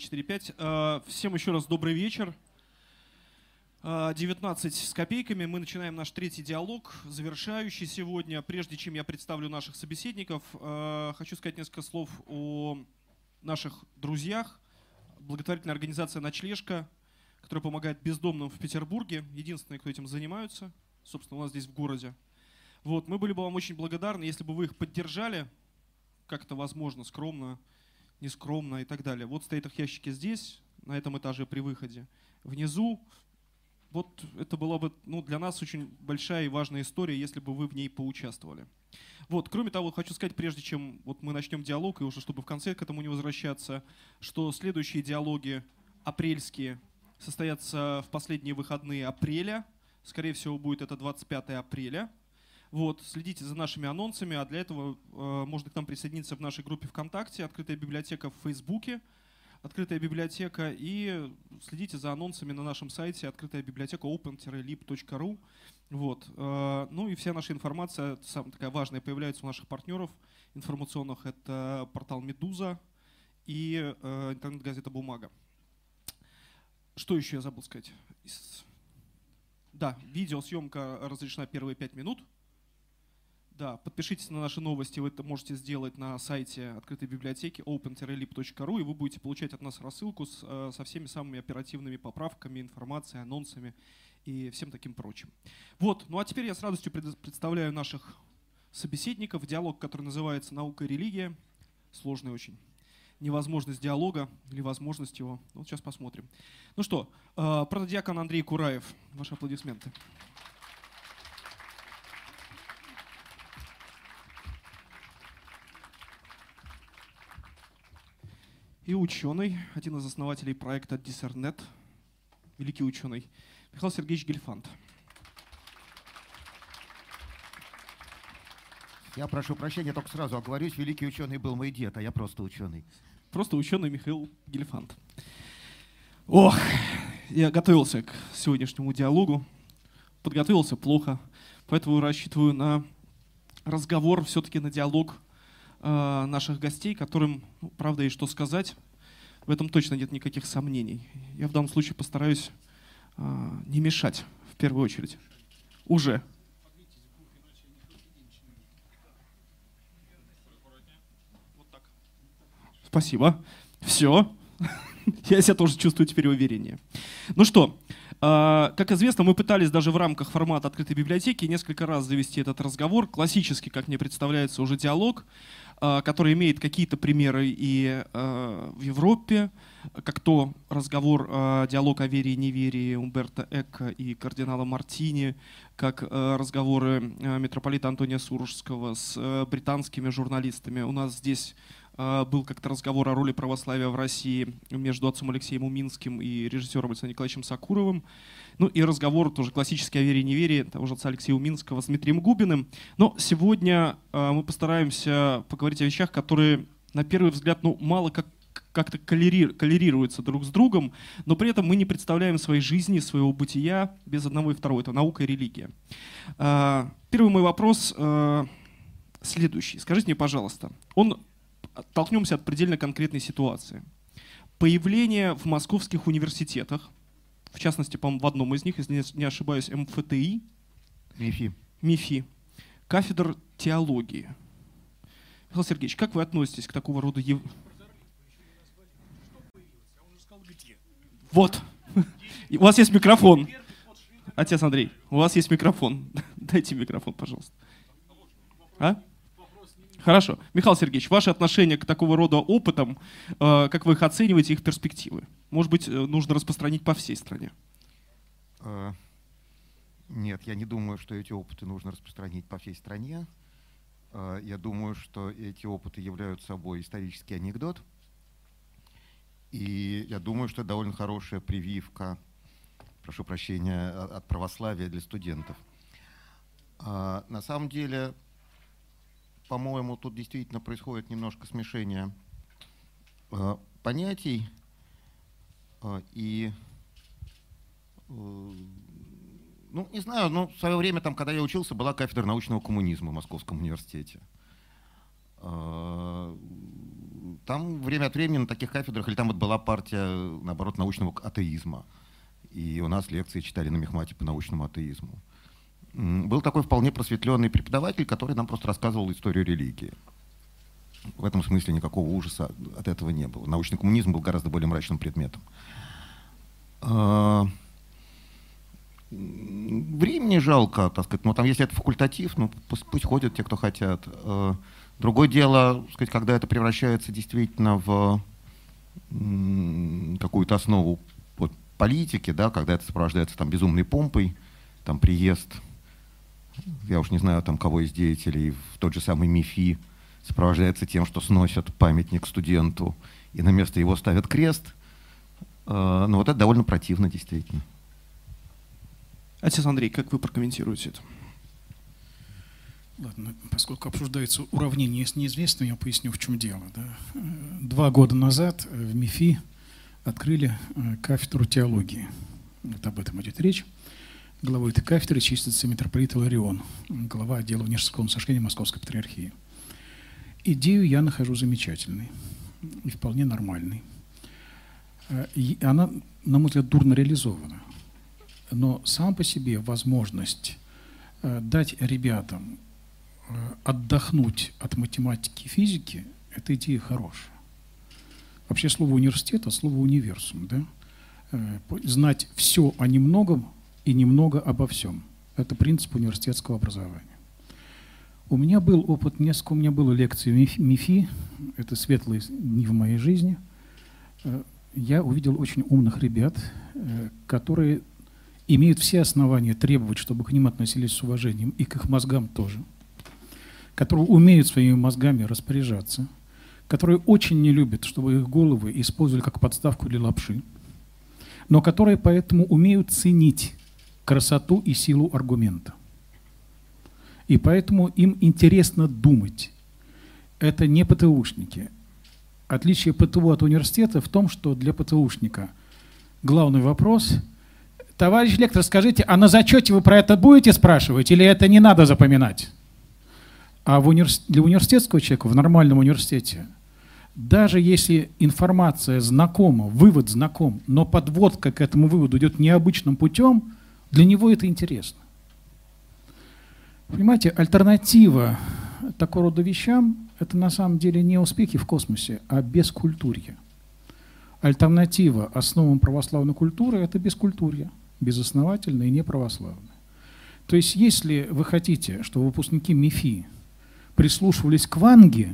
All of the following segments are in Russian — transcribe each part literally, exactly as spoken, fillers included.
четыре, пять. Всем еще раз добрый вечер. девятнадцать с копейками. Мы начинаем наш третий диалог, завершающий сегодня. Прежде чем я представлю наших собеседников, хочу сказать несколько слов о наших друзьях. Благотворительная организация «Ночлежка», которая помогает бездомным в Петербурге. Единственные, кто этим занимаются, собственно, у нас здесь в городе. Вот, мы были бы вам очень благодарны, если бы вы их поддержали, как это возможно, скромно, нескромно и так далее. Вот стоят их ящики здесь, на этом этаже при выходе. Внизу, вот это была бы, ну, для нас очень большая и важная история, если бы вы в ней поучаствовали. Вот, кроме того, хочу сказать, прежде чем вот мы начнем диалог, и уже чтобы в конце к этому не возвращаться, что следующие диалоги апрельские состоятся в последние выходные апреля. Скорее всего, будет это двадцать пятое апреля. Вот, следите за нашими анонсами, а для этого э, можно к нам присоединиться в нашей группе ВКонтакте, открытая библиотека в Фейсбуке, открытая библиотека, и следите за анонсами на нашем сайте открытая библиотека open dash lib точка ru. Вот, э, ну и вся наша информация, самая такая важная, появляется у наших партнеров информационных. Это портал «Медуза» и э, интернет-газета «Бумага». Что еще я забыл сказать? Да, видеосъемка разрешена первые пять минут. Да, подпишитесь на наши новости, вы это можете сделать на сайте открытой библиотеки open dash lib точка ru, и вы будете получать от нас рассылку с, со всеми самыми оперативными поправками, информацией, анонсами и всем таким прочим. Вот, ну а теперь я с радостью представляю наших собеседников. Диалог, который называется «Наука и религия». Сложный очень. Невозможность диалога или возможность его. Вот сейчас посмотрим. Ну что, протодиакон Андрей Кураев. Ваши аплодисменты. И ученый, один из основателей проекта Discernnet, великий ученый, Михаил Сергеевич Гельфанд. Я прошу прощения, только сразу оговорюсь, великий ученый был мой дед, а я просто ученый. Просто ученый Михаил Гельфанд. Ох, я готовился к сегодняшнему диалогу, подготовился плохо, поэтому рассчитываю на разговор, все-таки на диалог э, наших гостей, которым, ну, правда, есть что сказать. В этом точно нет никаких сомнений. Я в данном случае постараюсь э, не мешать, в первую очередь. Уже. Спасибо. Все. Я себя тоже чувствую теперь увереннее. Ну что, как известно, мы пытались даже в рамках формата открытой библиотеки несколько раз завести этот разговор. Классический, как мне представляется, уже диалог, который имеет какие-то примеры и в Европе, как то разговор, диалог о вере и неверии Умберто Эко и кардинала Мартини, как разговоры митрополита Антония Сурожского с британскими журналистами. У нас здесь был как-то разговор о роли православия в России между отцом Алексеем Уминским и режиссером Александром Николаевичем Сокуровым. Ну и разговор тоже классический о вере и неверии того же отца Алексея Уминского с Дмитрием Губиным. Но сегодня мы постараемся поговорить о вещах, которые на первый взгляд ну, мало как как-то коллерируются друг с другом, но при этом мы не представляем своей жизни, своего бытия без одного и второго. Это наука и религия. Первый мой вопрос следующий. Скажите мне, пожалуйста, он... Оттолкнемся от предельно конкретной ситуации. Появление в московских университетах, в частности, по-моему, в одном из них, если не ошибаюсь, эм эф тэ и, МИФИ, МИФИ, кафедр теологии. Михаил Сергеевич, как вы относитесь к такого рода... Ев... Вот. У вас есть микрофон. Отец Андрей, у вас есть микрофон. Дайте микрофон, пожалуйста. А? Хорошо. Михаил Сергеевич, ваше отношение к такого рода опытам, э, как вы их оцениваете, их перспективы? Может быть, нужно распространить по всей стране? Uh, нет, я не думаю, что эти опыты нужно распространить по всей стране. Uh, я думаю, что эти опыты являются собой исторический анекдот. И я думаю, что это довольно хорошая прививка, прошу прощения, от православия для студентов. Uh, на самом деле... По-моему, тут действительно происходит немножко смешение э, понятий. Э, и, э, ну, не знаю, но в свое время, там, когда я учился, была кафедра научного коммунизма в Московском университете. Э, там время от времени на таких кафедрах, или там вот была партия, наоборот, научного атеизма. И у нас лекции читали на мехмате по научному атеизму. Был такой вполне просветленный преподаватель, который нам просто рассказывал историю религии. В этом смысле никакого ужаса от этого не было. Научный коммунизм был гораздо более мрачным предметом. Времени жалко, так сказать. Но там, если это факультатив, ну пусть, пусть ходят те, кто хотят. Другое дело, так сказать, когда это превращается действительно в какую-то основу вот, политики, да, когда это сопровождается там безумной помпой, там приезд, я уж не знаю, там кого из деятелей, в тот же самый МИФИ, сопровождается тем, что сносят памятник студенту и на место его ставят крест. Ну вот это довольно противно, действительно. Отец Андрей, как вы прокомментируете это? Ладно, поскольку обсуждается уравнение с неизвестным, я поясню, в чем дело. Да. Два года назад в МИФИ открыли кафедру теологии. Вот об этом идет речь. Главой этой кафедры числится митрополит Иларион, глава отдела внешнего сошения Московской патриархии. Идею я нахожу замечательной и вполне нормальной. И она, на мой взгляд, дурно реализована. Но сам по себе возможность дать ребятам отдохнуть от математики и физики – это идея хорошая. Вообще слово университет, а слово универсум. Да? Знать все о немногом и немного обо всем. Это принцип университетского образования. У меня был опыт, несколько у меня было лекций в МИФИ, это светлые дни в моей жизни. Я увидел очень умных ребят, которые имеют все основания требовать, чтобы к ним относились с уважением, и к их мозгам тоже, которые умеют своими мозгами распоряжаться, которые очень не любят, чтобы их головы использовали как подставку для лапши, но которые поэтому умеют ценить красоту и силу аргумента. И поэтому им интересно думать. Это не ПТУшники. Отличие ПТУ от университета в том, что для ПТУшника главный вопрос: товарищ лектор, скажите, а на зачете вы про это будете спрашивать или это не надо запоминать? А в универс... для университетского человека в нормальном университете, даже если информация знакома, вывод знаком, но подводка к этому выводу идет необычным путем, для него это интересно. Понимаете, альтернатива такого рода вещам – это на самом деле не успехи в космосе, а бескультурье. Альтернатива основам православной культуры – это бескультурье, безосновательное и неправославное. То есть если вы хотите, чтобы выпускники МИФИ прислушивались к Ванге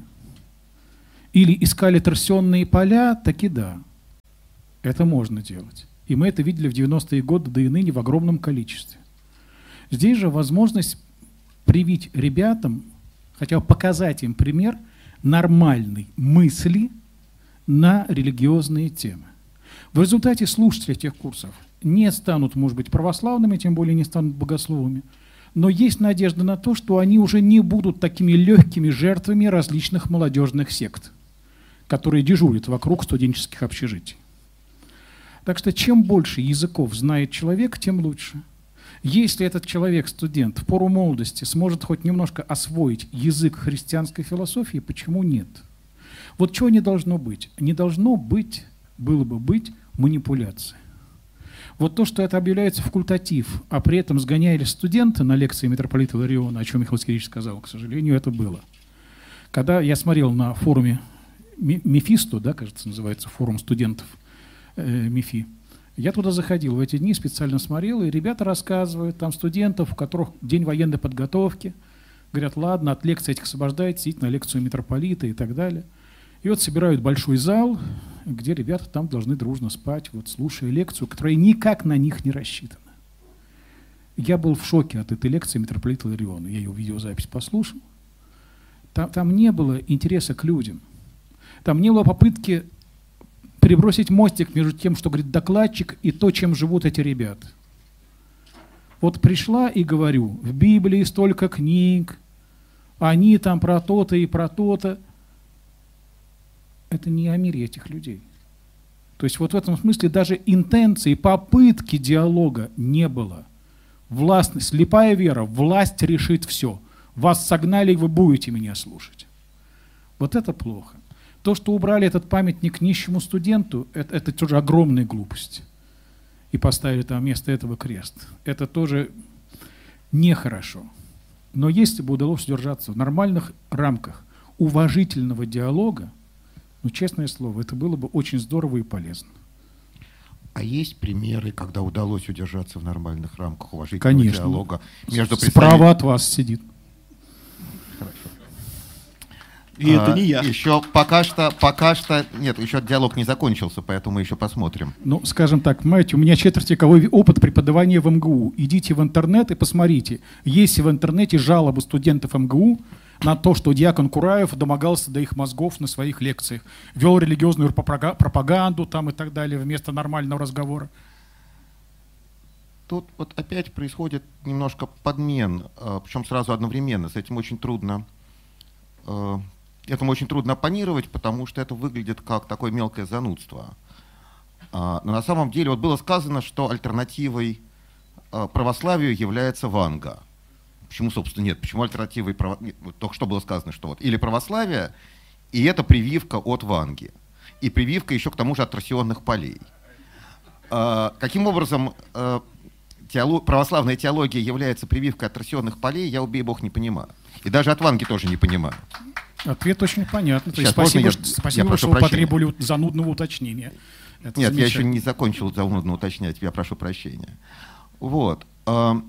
или искали торсионные поля, так и да, это можно делать. И мы это видели в девяностые годы, да и ныне в огромном количестве. Здесь же возможность привить ребятам, хотя бы показать им пример нормальной мысли на религиозные темы. В результате слушатели этих курсов не станут, может быть, православными, тем более не станут богословами, но есть надежда на то, что они уже не будут такими легкими жертвами различных молодежных сект, которые дежурят вокруг студенческих общежитий. Так что чем больше языков знает человек, тем лучше. Если этот человек, студент, в пору молодости сможет хоть немножко освоить язык христианской философии, почему нет? Вот чего не должно быть? Не должно быть, было бы быть, манипуляции. Вот то, что это объявляется факультатив, а при этом сгоняли студенты на лекции митрополита Илариона, о чем Михаил Сергеевич сказал, к сожалению, это было. Когда я смотрел на форуме Мефисто, да, кажется, называется форум студентов э, МИФИ, я туда заходил в эти дни, специально смотрел, и ребята рассказывают, там студентов, у которых день военной подготовки, говорят, ладно, от лекций этих освобождайте, идите на лекцию митрополита и так далее. И вот собирают большой зал, где ребята там должны дружно спать, вот слушая лекцию, которая никак на них не рассчитана. Я был в шоке от этой лекции митрополита Илариона, я ее видеозапись послушал. Там, там не было интереса к людям, там не было попытки перебросить мостик между тем, что говорит докладчик, и то, чем живут эти ребята. Вот пришла и говорю, в Библии столько книг, они там про то-то и про то-то. Это не о мире этих людей. То есть вот в этом смысле даже интенции, попытки диалога не было. Властность, слепая вера, власть решит все. Вас согнали, и вы будете меня слушать. Вот это плохо. То, что убрали этот памятник нищему студенту, это, это тоже огромная глупость. И поставили там вместо этого крест. Это тоже нехорошо. Но если бы удалось удержаться в нормальных рамках уважительного диалога, ну, честное слово, это было бы очень здорово и полезно. А есть примеры, когда удалось удержаться в нормальных рамках уважительного Конечно. диалога между Справа представителями? от вас сидит. Хорошо. И А, это не я. Еще пока что, пока что, нет, еще диалог не закончился, поэтому мы еще посмотрим. Ну, скажем так, понимаете, у меня четвертьвековой опыт преподавания в эм гэ у. Идите в интернет и посмотрите. Есть в интернете жалобы студентов эм гэ у на то, что диакон Кураев домогался до их мозгов на своих лекциях, вел религиозную пропаганду там и так далее вместо нормального разговора. Тут вот опять происходит немножко подмен, причем сразу одновременно. С этим очень трудно, этому очень трудно оппонировать, потому что это выглядит как такое мелкое занудство. Но на самом деле вот было сказано, что альтернативой православию является Ванга. Почему, собственно, нет? Почему альтернативой право... нет, вот только что было сказано, что вот или православие, и это прививка от Ванги. И прививка еще к тому же от торсионных полей. А, каким образом а, теолог... православная теология является прививкой от торсионных полей, я, убей бог, не понимаю. И даже от Ванги тоже не понимаю. Ответ очень понятный. То есть Сейчас, спасибо, я- что, я спасибо, прошу что прощения. потребовали занудного уточнения. Это Нет, я еще замечательно. не закончил занудно уточнять, я прошу прощения. Вот. а,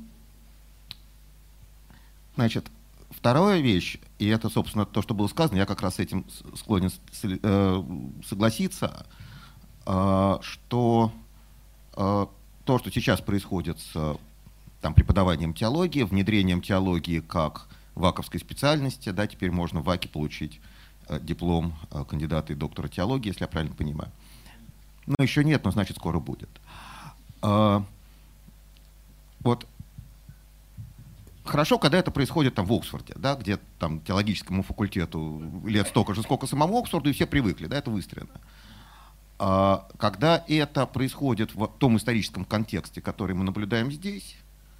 Значит, вторая вещь, и это, собственно, то, что было сказано, я как раз с этим с- склонен с- э, согласиться, э, что э, то, что сейчас происходит с там, преподаванием теологии, внедрением теологии как ваковской специальности, да, теперь можно в ВАКе получить э, диплом э, кандидата и доктора теологии, если я правильно понимаю. Но еще нет, но значит скоро будет. Э, вот. Хорошо, когда это происходит там в Оксфорде, да, где там теологическому факультету лет столько же, сколько самому Оксфорду, и все привыкли, да, это выстроено. А когда это происходит в том историческом контексте, который мы наблюдаем здесь,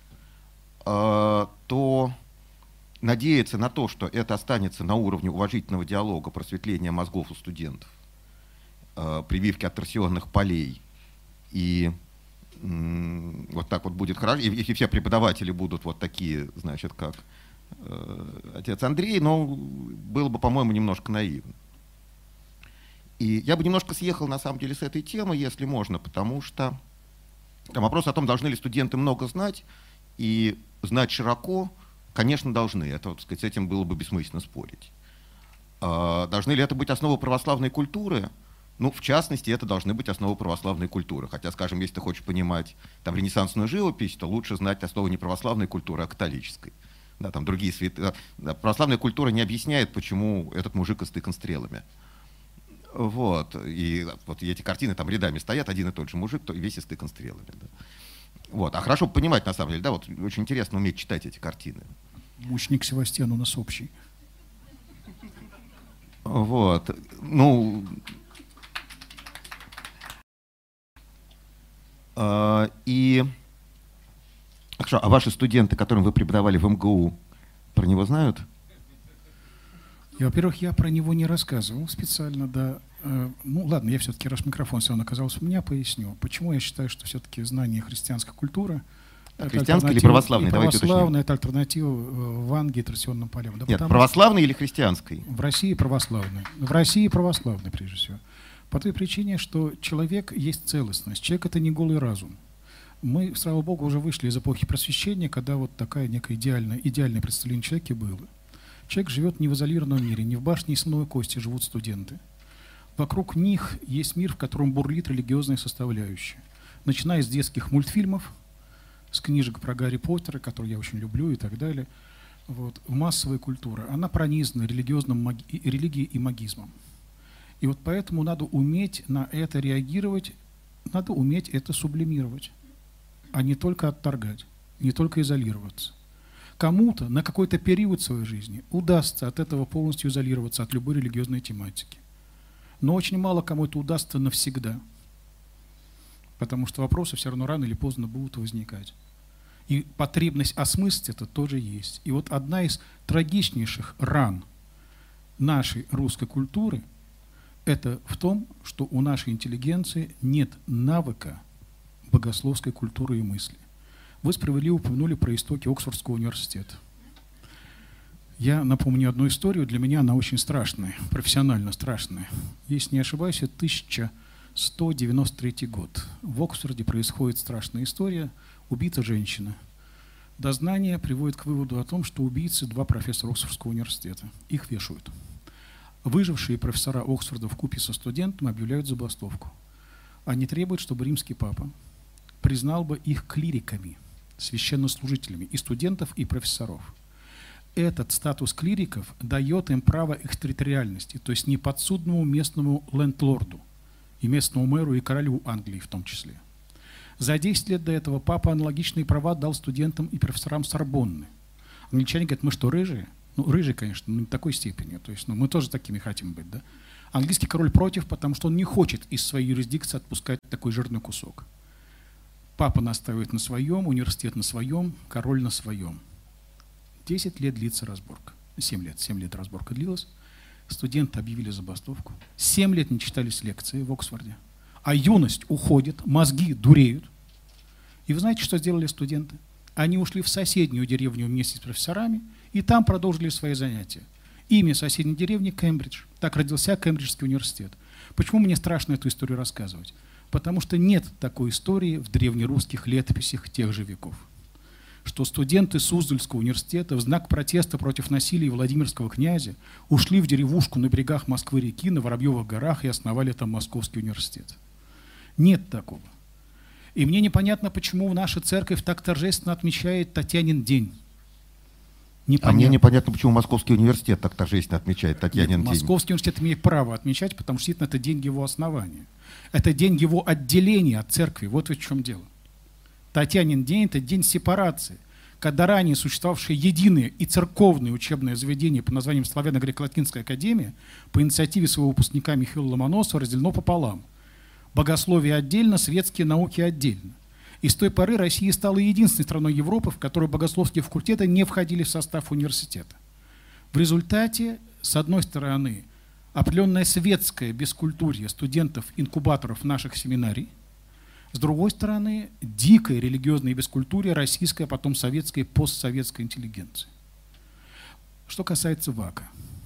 а, то надеяться на то, что это останется на уровне уважительного диалога, просветления мозгов у студентов, а, прививки от торсионных полей и вот так вот будет хорошо, и, и все преподаватели будут вот такие, значит, как э, отец Андрей, но было бы, по-моему, немножко наивно. И я бы немножко съехал, на самом деле, с этой темы, если можно, потому что там вопрос о том, должны ли студенты много знать, и знать широко, конечно, должны. Это, так сказать, с этим было бы бессмысленно спорить. А, должны ли это быть основы православной культуры? Ну, в частности, это должны быть основы православной культуры. Хотя, скажем, если ты хочешь понимать там, ренессансную живопись, то лучше знать основы не православной культуры, а католической. Да, там другие святые. Да, православная культура не объясняет, почему этот мужик истыкан стрелами. Вот. И вот эти картины там рядами стоят, один и тот же мужик, то весь истыкан стрелами. Да. Вот. А хорошо понимать, на самом деле, да, вот очень интересно уметь читать эти картины. Мученик Севастьян у нас общий. Вот. Ну... И хорошо, а ваши студенты, которым вы преподавали в эм гэ у, про него знают? И, во-первых, я про него не рассказывал специально, да. Ну ладно, я все-таки, раз микрофон все равно оказался у меня, поясню. Почему я считаю, что все-таки знание христианской культуры... Христианской или православной? Давайте уточним. Православная — это альтернатива Ванге и торсионным полям. Да, Нет, православной или христианской? В России православной. В России православной, прежде всего. По той причине, что человек есть целостность. Человек — это не голый разум. Мы, слава богу, уже вышли из эпохи просвещения, когда вот такая некая идеальная, идеальное представление о человеке было. Человек живет не в изолированном мире, не в башне из слоновой кости живут студенты. Вокруг них есть мир, в котором бурлит религиозная составляющая. Начиная с детских мультфильмов, с книжек про Гарри Поттера, которые я очень люблю и так далее. Вот. Массовая культура, она пронизана религиозным маги... религией и магизмом. И вот поэтому надо уметь на это реагировать, надо уметь это сублимировать, а не только отторгать, не только изолироваться. Кому-то на какой-то период своей жизни удастся от этого полностью изолироваться от любой религиозной тематики. Но очень мало кому это удастся навсегда, потому что вопросы все равно рано или поздно будут возникать. И потребность осмыслить это тоже есть. И вот одна из трагичнейших ран нашей русской культуры Это в том, что у нашей интеллигенции нет навыка богословской культуры и мысли. Вы справедливо упомянули про истоки Оксфордского университета. Я напомню одну историю, для меня она очень страшная, профессионально страшная. Если не ошибаюсь, это тысяча сто девяносто третий год. В Оксфорде происходит страшная история, убита женщина. Дознание приводит к выводу о том, что убийцы два профессора Оксфордского университета. Их вешают. Выжившие профессора Оксфорда вкупе со студентом объявляют забастовку. Они требуют, чтобы римский папа признал бы их клириками, священнослужителями и студентов, и профессоров. Этот статус клириков дает им право экстерриториальности, то есть неподсудному местному лендлорду, и местному мэру, и королю Англии в том числе. За десять лет до этого папа аналогичные права дал студентам и профессорам Сорбонны. Англичане говорят, мы что, рыжие? Ну, рыжие, конечно, но не такой степени. То есть, ну, мы тоже такими хотим быть, да? Английский король против, потому что он не хочет из своей юрисдикции отпускать такой жирный кусок. Папа настаивает на своем, университет на своем, король на своем. Десять лет длится разборка. Семь лет. Семь лет разборка длилась. Студенты объявили забастовку. Семь лет не читались лекции в Оксфорде. А юность уходит, мозги дуреют. И вы знаете, что сделали студенты? Они ушли в соседнюю деревню вместе с профессорами и там продолжили свои занятия. Имя соседней деревни — Кембридж. Так родился Кембриджский университет. Почему мне страшно эту историю рассказывать? Потому что нет такой истории в древнерусских летописях тех же веков. Что студенты Суздальского университета в знак протеста против насилия Владимирского князя ушли в деревушку на берегах Москвы-реки, на Воробьевых горах и основали там Московский университет. Нет такого. И мне непонятно, почему наша церковь так торжественно отмечает Татьянин день. Непонятно. А мне непонятно, почему Московский университет так торжественно отмечает Татьянин Нет, день. Московский университет имеет право отмечать, потому что это день его основания. Это день его отделения от церкви. Вот в чем дело. Татьянин день – это день сепарации, когда ранее существовавшие единые и церковные учебные заведения под названием Славяно-Греко-Латинская академия по инициативе своего выпускника Михаила Ломоносова разделено пополам. Богословие отдельно, светские науки отдельно. И с той поры Россия стала единственной страной Европы, в которой богословские факультеты не входили в состав университета. В результате, с одной стороны, определенное светское бескультурье студентов-инкубаторов наших семинарий, с другой стороны, дикое религиозное бескультурье российской, а потом советской, постсоветской интеллигенции. Что касается ВАКа.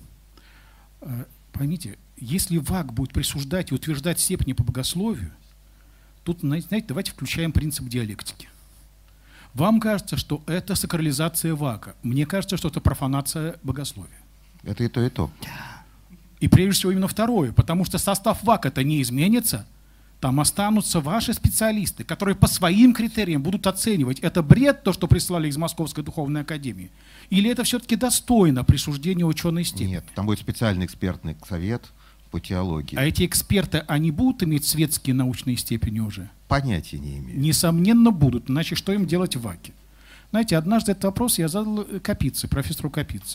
Поймите, если ВАК будет присуждать и утверждать степени по богословию, тут, знаете, давайте включаем принцип диалектики. Вам кажется, что это сакрализация ВАКа. Мне кажется, что это профанация богословия. Это и то, и то. И прежде всего именно второе, потому что состав ВАКа-то не изменится. Там останутся ваши специалисты, которые по своим критериям будут оценивать, это бред, то, что прислали из Московской духовной академии, или это все-таки достойно присуждения ученой степени. Нет, там будет специальный экспертный совет по теологии. А эти эксперты, они будут иметь светские научные степени уже? Понятия не имею. Несомненно будут, иначе что им делать в ВАКе? Знаете, однажды этот вопрос я задал Капице, профессору Капице.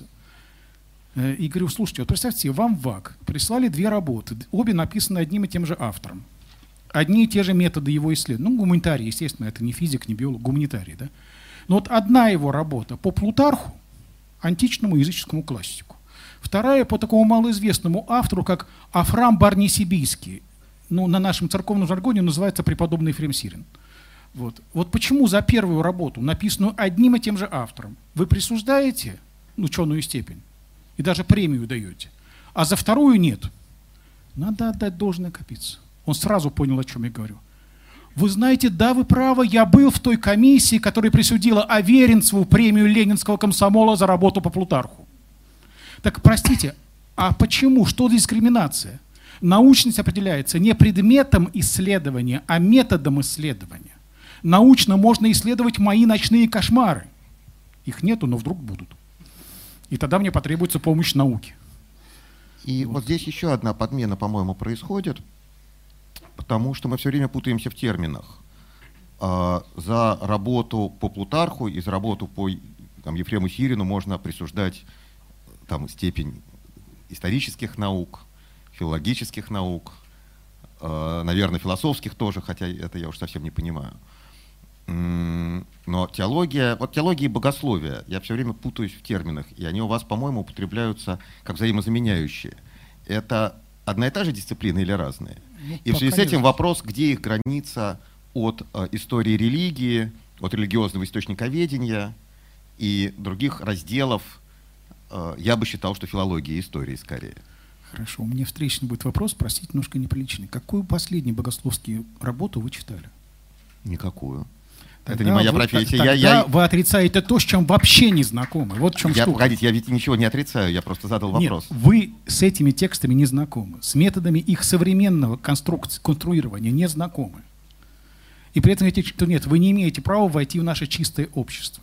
И говорю, слушайте, вот представьте себе, вам в ВАК прислали две работы, обе написаны одним и тем же автором. Одни и те же методы его исследования. Ну, гуманитарий, естественно, это не физик, не биолог, гуманитарий, да? Но вот одна его работа по Плутарху, античному языческому классику. Вторая по такому малоизвестному автору, как Афрам Барнисибийский. Ну, на нашем церковном жаргоне называется преподобный Ефрем Сирин. Вот. Вот почему за первую работу, написанную одним и тем же автором, вы присуждаете ученую степень и даже премию даете, а за вторую нет? Надо отдать должное Капице. Он сразу понял, о чем я говорю. Вы знаете, да, вы правы, я был в той комиссии, которая присудила Аверинцеву премию Ленинского комсомола за работу по Плутарху. Так, простите, а почему? Что за дискриминация? Научность определяется не предметом исследования, а методом исследования. Научно можно исследовать мои ночные кошмары. Их нету, но вдруг будут. И тогда мне потребуется помощь науки. И вот, вот здесь еще одна подмена, по-моему, происходит. Потому что мы все время путаемся в терминах. А, за работу по Плутарху и за работу по там, Ефрему Сирину можно присуждать там, степень исторических наук, филологических наук, а, наверное, философских тоже, хотя это я уж совсем не понимаю. Но теология, вот теология и богословие, я все время путаюсь в терминах, и они у вас, по-моему, употребляются как взаимозаменяющие. Это одна и та же дисциплина или разные? Ну, И в связи с этим конечно. вопрос, где их граница от э, истории религии, от религиозного источниковедения и других разделов, э, я бы считал, что филология и история скорее. Хорошо, у меня встречный будет вопрос, простите, немножко неприличный. Какую последнюю богословскую работу вы читали? Никакую. Тогда Это не моя вы, профессия. Тогда Я, я, вы отрицаете то, с чем вообще не знакомы. Вот в чем я, штука. погодите, я ведь ничего не отрицаю, я просто задал вопрос. Нет, вы с этими текстами не знакомы, с методами их современного конструкции, конструирования не знакомы. И при этом говорите, что нет, вы не имеете права войти в наше чистое общество.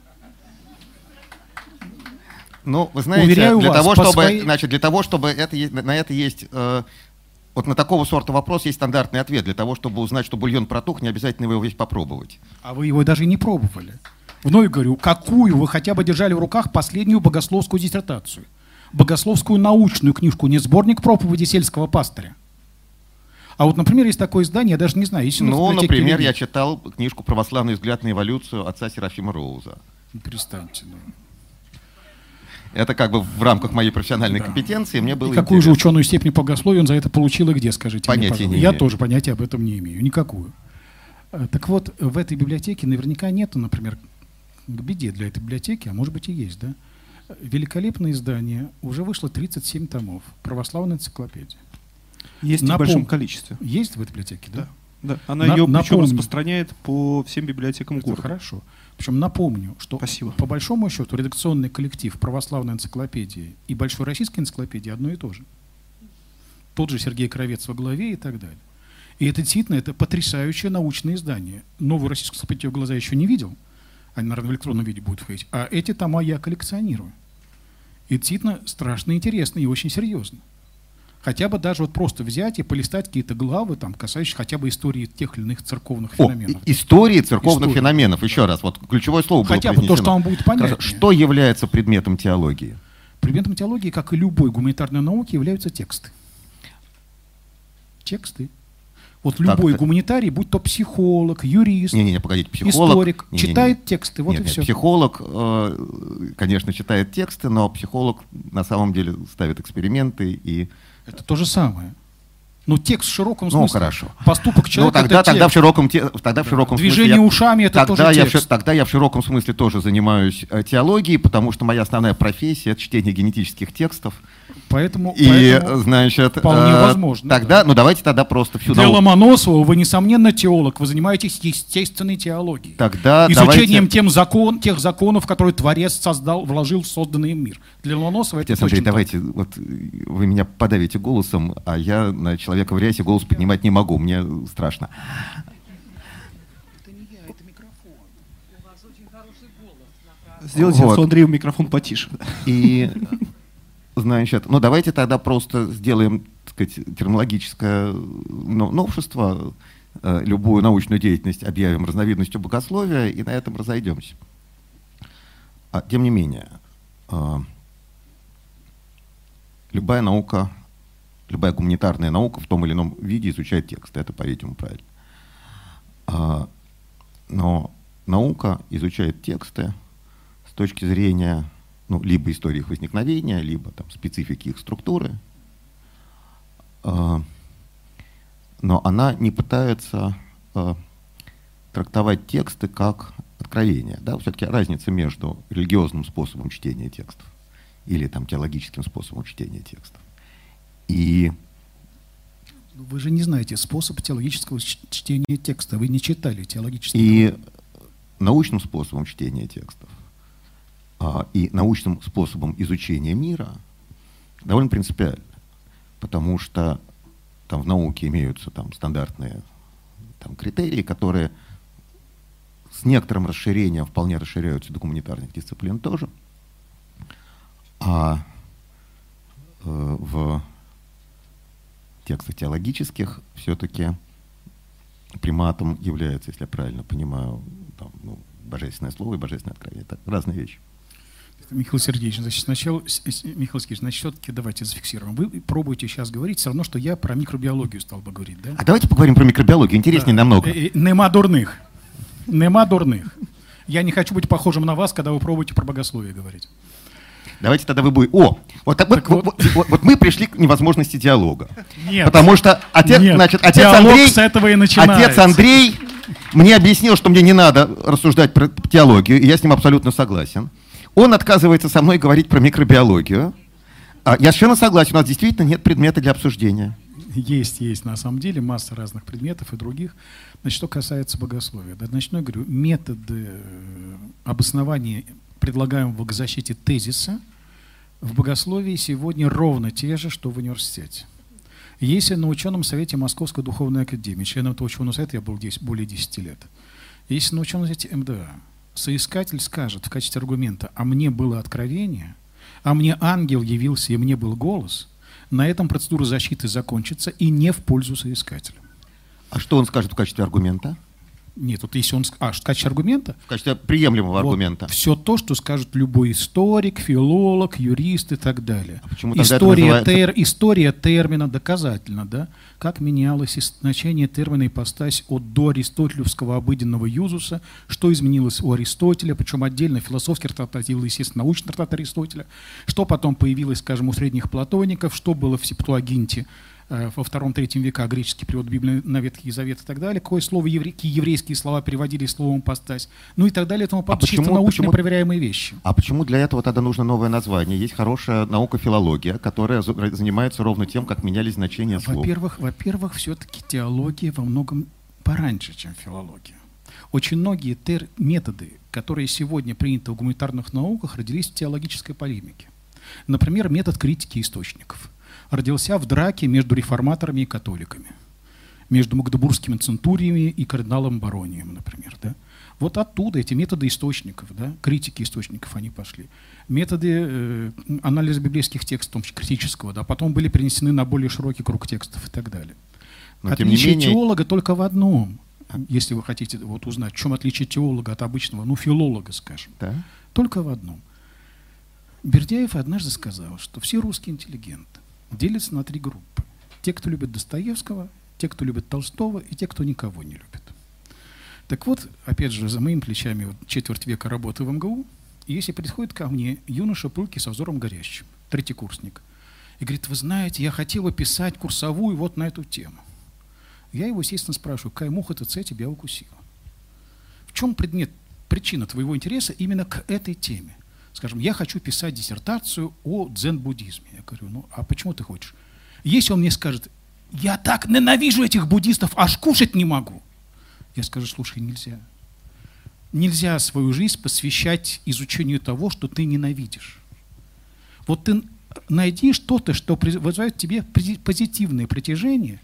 Ну, вы знаете, Уверяю для вас, того, по чтобы, своей- значит, для того, чтобы это, е- на это есть, э, вот на такого сорта вопрос есть стандартный ответ. Для того, чтобы узнать, что бульон протух, не обязательно его весь попробовать. А вы его даже не пробовали. Вновь говорю, какую вы хотя бы держали в руках последнюю богословскую диссертацию? Богословскую научную книжку, не сборник проповеди сельского пастыря. А вот, например, есть такое издание, я даже не знаю, есть оно в Ну, библиотеке или например, нет. я читал книжку «Православный взгляд на эволюцию» отца Серафима Роуза. Ну, перестаньте. Ну. Это как бы в рамках моей профессиональной Да. компетенции мне было И какую же интересно. ученую степень по богословию он за это получил и где, скажите мне, Понятия пожалуйста. не Я имею. тоже понятия об этом не имею, никакую. Э, Так вот, в этой библиотеке наверняка нету, например, к беде для этой библиотеки, а может быть и есть, да? Великолепное издание, уже вышло тридцать семь томов, православная энциклопедия. Есть и в Напом- большом количестве. Есть в этой библиотеке, да? Да. Она На- ее причем напомню. распространяет по всем библиотекам Это города. хорошо. Причем напомню, что Спасибо. по большому счету редакционный коллектив православной энциклопедии и большой российской энциклопедии одно и то же. Тот же Сергей Кравец во главе и так далее. И это действительно это потрясающее научное издание. Новую российскую энциклопедию в глаза я еще не видел. Они, наверное, в электронном виде будут входить. А эти тома я коллекционирую. И действительно страшно интересно и очень серьезно. Хотя бы даже вот просто взять и полистать какие-то главы, там, касающиеся хотя бы истории тех или иных церковных О, феноменов. и- истории церковных История. феноменов. Еще раз, вот ключевое слово было Хотя бы то, произнесено. что вам будет понятнее. Хорошо. Что является предметом теологии? Предметом теологии, как и любой гуманитарной науки, являются тексты. Тексты. Вот любой Так, гуманитарий, будь то психолог, юрист, Не-не-не, погодите, психолог... историк, Не-не-не. читает тексты, вот Нет, и нет, все. психолог, э, конечно, читает тексты, но психолог на самом деле ставит эксперименты и... Это то же самое. Но текст в широком Ну, смысле. хорошо. Поступок Ну, человека тогда, это тогда в текст. широком, те- тогда в широком Движение смысле... я- ушами это тогда тоже я в, ши- текст. тогда я в широком смысле тоже занимаюсь э, теологией, потому что моя основная профессия — это чтение генетических текстов. Поэтому, И, поэтому значит, вполне э, возможно, Тогда, да. ну давайте тогда просто всю для науку... Ломоносова вы, несомненно, теолог, вы занимаетесь естественной теологией. Тогда Изучением давайте... тем закон, тех законов, которые Творец создал, вложил в созданный им мир. Для Ломоносова это Отец Андрей, точно так. давайте, вот э, вы меня подавите голосом, а я на человека в рясе голос поднимать не могу, мне страшно. Сделайте Вот. отцу Андрею микрофон потише. И, значит, ну давайте тогда просто сделаем, так сказать, терминологическое но- новшество, э, любую научную деятельность объявим разновидностью богословия и на этом разойдемся. А, тем не менее, э, любая наука, любая гуманитарная наука в том или ином виде изучает тексты, это, по-видимому, правильно. А, но наука изучает тексты с точки зрения, ну, либо истории их возникновения, либо там, специфики их структуры. А, но она не пытается а, трактовать тексты как откровение. Да? Все-таки разница между религиозным способом чтения текстов или там, теологическим способом чтения текстов. И Вы же не знаете способ теологического ч- чтения текста. Вы не читали теологический И труд. научным способом чтения текстов, а, и научным способом изучения мира довольно принципиально, потому что там в науке имеются там стандартные там, критерии, которые с некоторым расширением вполне расширяются до гуманитарных дисциплин тоже, а э, в текстах теологических все-таки приматом является, если я правильно понимаю, там, ну, божественное слово и божественное откровение. Это разные вещи. Михаил Сергеевич, значит, сначала, с- с- Михаил Сергеевич, значит, все-таки давайте зафиксируем. Вы пробуете сейчас говорить все равно, что я про микробиологию стал бы говорить, да? А давайте поговорим про микробиологию. Интереснее намного. Э, э, Нема дурных. Нема дурных. Я не хочу быть похожим на вас, когда вы пробуете про богословие говорить. Давайте тогда вы будете... О, вот, так, вот, вот, вот, вот мы пришли к невозможности диалога. Нет. Потому что отец, Нет. значит, отец Диалог Андрей... с этого и начинается. Отец Андрей мне объяснил, что мне не надо рассуждать про теологию, и я с ним абсолютно согласен. Он отказывается со мной говорить про микробиологию. А я совершенно согласен, у нас действительно нет предмета для обсуждения. Есть, есть, на самом деле, масса разных предметов и других. Значит, что касается богословия. Да, начну, говорю, методы обоснования предлагаемого к защите тезиса в богословии сегодня ровно те же, что в университете. Если на ученом совете Московской духовной академии, членом этого ученого совета я был здесь более десяти лет, если на ученом совете эм дэ а соискатель скажет в качестве аргумента «а мне было откровение», «а мне ангел явился и мне был голос», на этом процедура защиты закончится и не в пользу соискателя. А что он скажет в качестве аргумента? Нет, вот если он... А, в качестве аргумента? В качестве приемлемого вот аргумента. Все то, что скажет любой историк, филолог, юрист и так далее. А почему тогда история, это называется... тер... история термина доказательно, да? Как менялось значение термина ипостась от до аристотелевского обыденного юзуса, что изменилось у Аристотеля, причем отдельно философский трактат, естественно, научный трактат Аристотеля, что потом появилось, скажем, у средних платоников, что было в Септуагинте во втором-третьем века, греческий перевод Библии на Ветхий Завет и так далее, какое слово евре... какие еврейские слова переводили словом «ипостась», ну и так далее, тому подобное, чисто научно проверяемые вещи. А почему для этого тогда нужно новое название? Есть хорошая наука филология, которая занимается ровно тем, как менялись значения слов. Во-первых, во-первых, все-таки теология во многом пораньше, чем филология. Очень многие тер... методы, которые сегодня приняты в гуманитарных науках, родились в теологической полемике. Например, метод критики источников родился в драке между реформаторами и католиками, между магдебургскими центуриями и кардиналом Баронием, например. Да? Вот оттуда эти методы источников, да, критики источников, они пошли. Методы э, анализа библейских текстов, критического, да, потом были перенесены на более широкий круг текстов и так далее. Но, отличие менее... теолога только в одном, если вы хотите вот, узнать, в чем отличие теолога от обычного, ну, филолога, скажем. Да? Только в одном. Бердяев однажды сказал, что все русские интеллигенты делятся на три группы. Те, кто любит Достоевского, те, кто любит Толстого, и те, кто никого не любит. Так вот, опять же, за моими плечами вот, четверть века работы в эм гэ у, и если приходит ко мне юноша пылкий со взором горящим, третий курсник, и говорит, вы знаете, я хотел бы писать курсовую вот на эту тему. Я его, естественно, спрашиваю, какая муха-то Ц тебя укусила? В чем предмет, причина твоего интереса именно к этой теме? Скажем, я хочу писать диссертацию о дзен-буддизме. Я говорю, ну, а почему ты хочешь? Если он мне скажет, я так ненавижу этих буддистов, аж кушать не могу. Я скажу, слушай, нельзя. Нельзя свою жизнь посвящать изучению того, что ты ненавидишь. Вот ты найди что-то, что вызывает в тебе позитивное притяжение,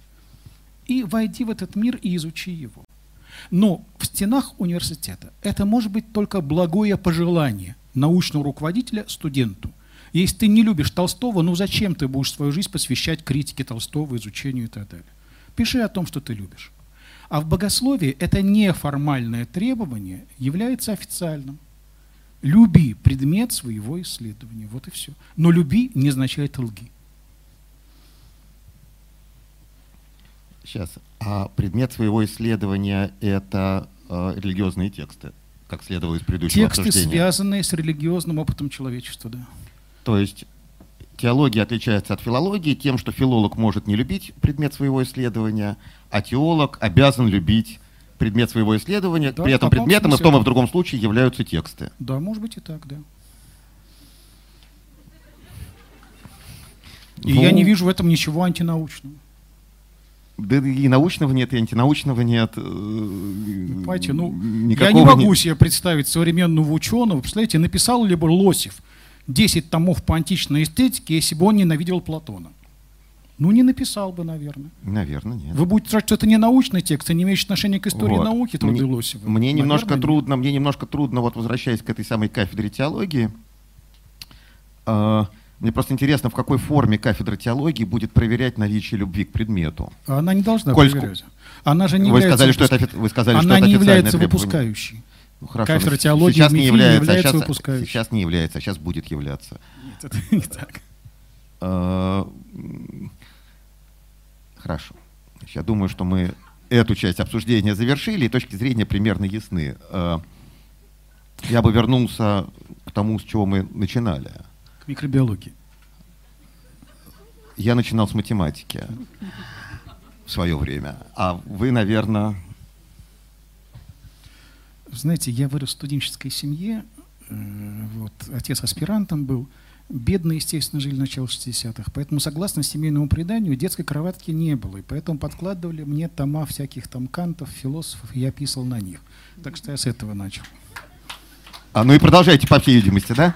и войди в этот мир и изучи его. Но в стенах университета это может быть только благое пожелание научного руководителя студенту. Если ты не любишь Толстого, ну зачем ты будешь свою жизнь посвящать критике Толстого, изучению и так далее? Пиши о том, что ты любишь. А в богословии это неформальное требование является официальным. Люби предмет своего исследования, вот и все. Но люби не означает лги. Сейчас. А предмет своего исследования – это э, религиозные тексты, как следовало из предыдущего Тексты, обсуждения. связанные с религиозным опытом человечества, да. То есть теология отличается от филологии тем, что филолог может не любить предмет своего исследования, а теолог обязан любить предмет своего исследования. Да, При этом предметом и в том и в другом случае являются тексты. Да, может быть и так, да. И ну, я не вижу в этом ничего антинаучного. Да и научного нет, и антинаучного нет. Понимаете, ну, никакого я не могу не... себе представить современного ученого. Представляете, написал ли бы Лосев десять томов по античной эстетике, если бы он ненавидел Платона? Ну, не написал бы, наверное. Наверное, нет. Вы будете сказать, что это не научный текст, и не имеющий отношения к истории вот. науки, труды мне, Лосева. Мне наверное, немножко нет. трудно, мне немножко трудно, вот возвращаясь к этой самой кафедре теологии, э, мне просто интересно, в какой форме кафедра теологии будет проверять наличие любви к предмету. Она не должна Коль проверять. Она же не вы является, сказали, что это, вы сказали, она что это не является требование. выпускающей. Ну, хорошо, Кафедра теологии сейчас в МИФИ не является, не является сейчас, выпускающей. Сейчас не является, а сейчас будет являться. Нет, это не так. Хорошо. Я думаю, что мы эту часть обсуждения завершили, и точки зрения примерно ясны. Я бы вернулся к тому, с чего мы начинали. К микробиологии. Я начинал с математики в свое время, а вы, наверное... Знаете, я вырос в студенческой семье, вот, отец аспирантом был, бедные, естественно, жили в начале шестидесятых, поэтому, согласно семейному преданию, детской кроватки не было, и поэтому подкладывали мне тома всяких там кантов, философов, и я писал на них. Так что я с этого начал. А, ну и продолжайте, по всей видимости, да?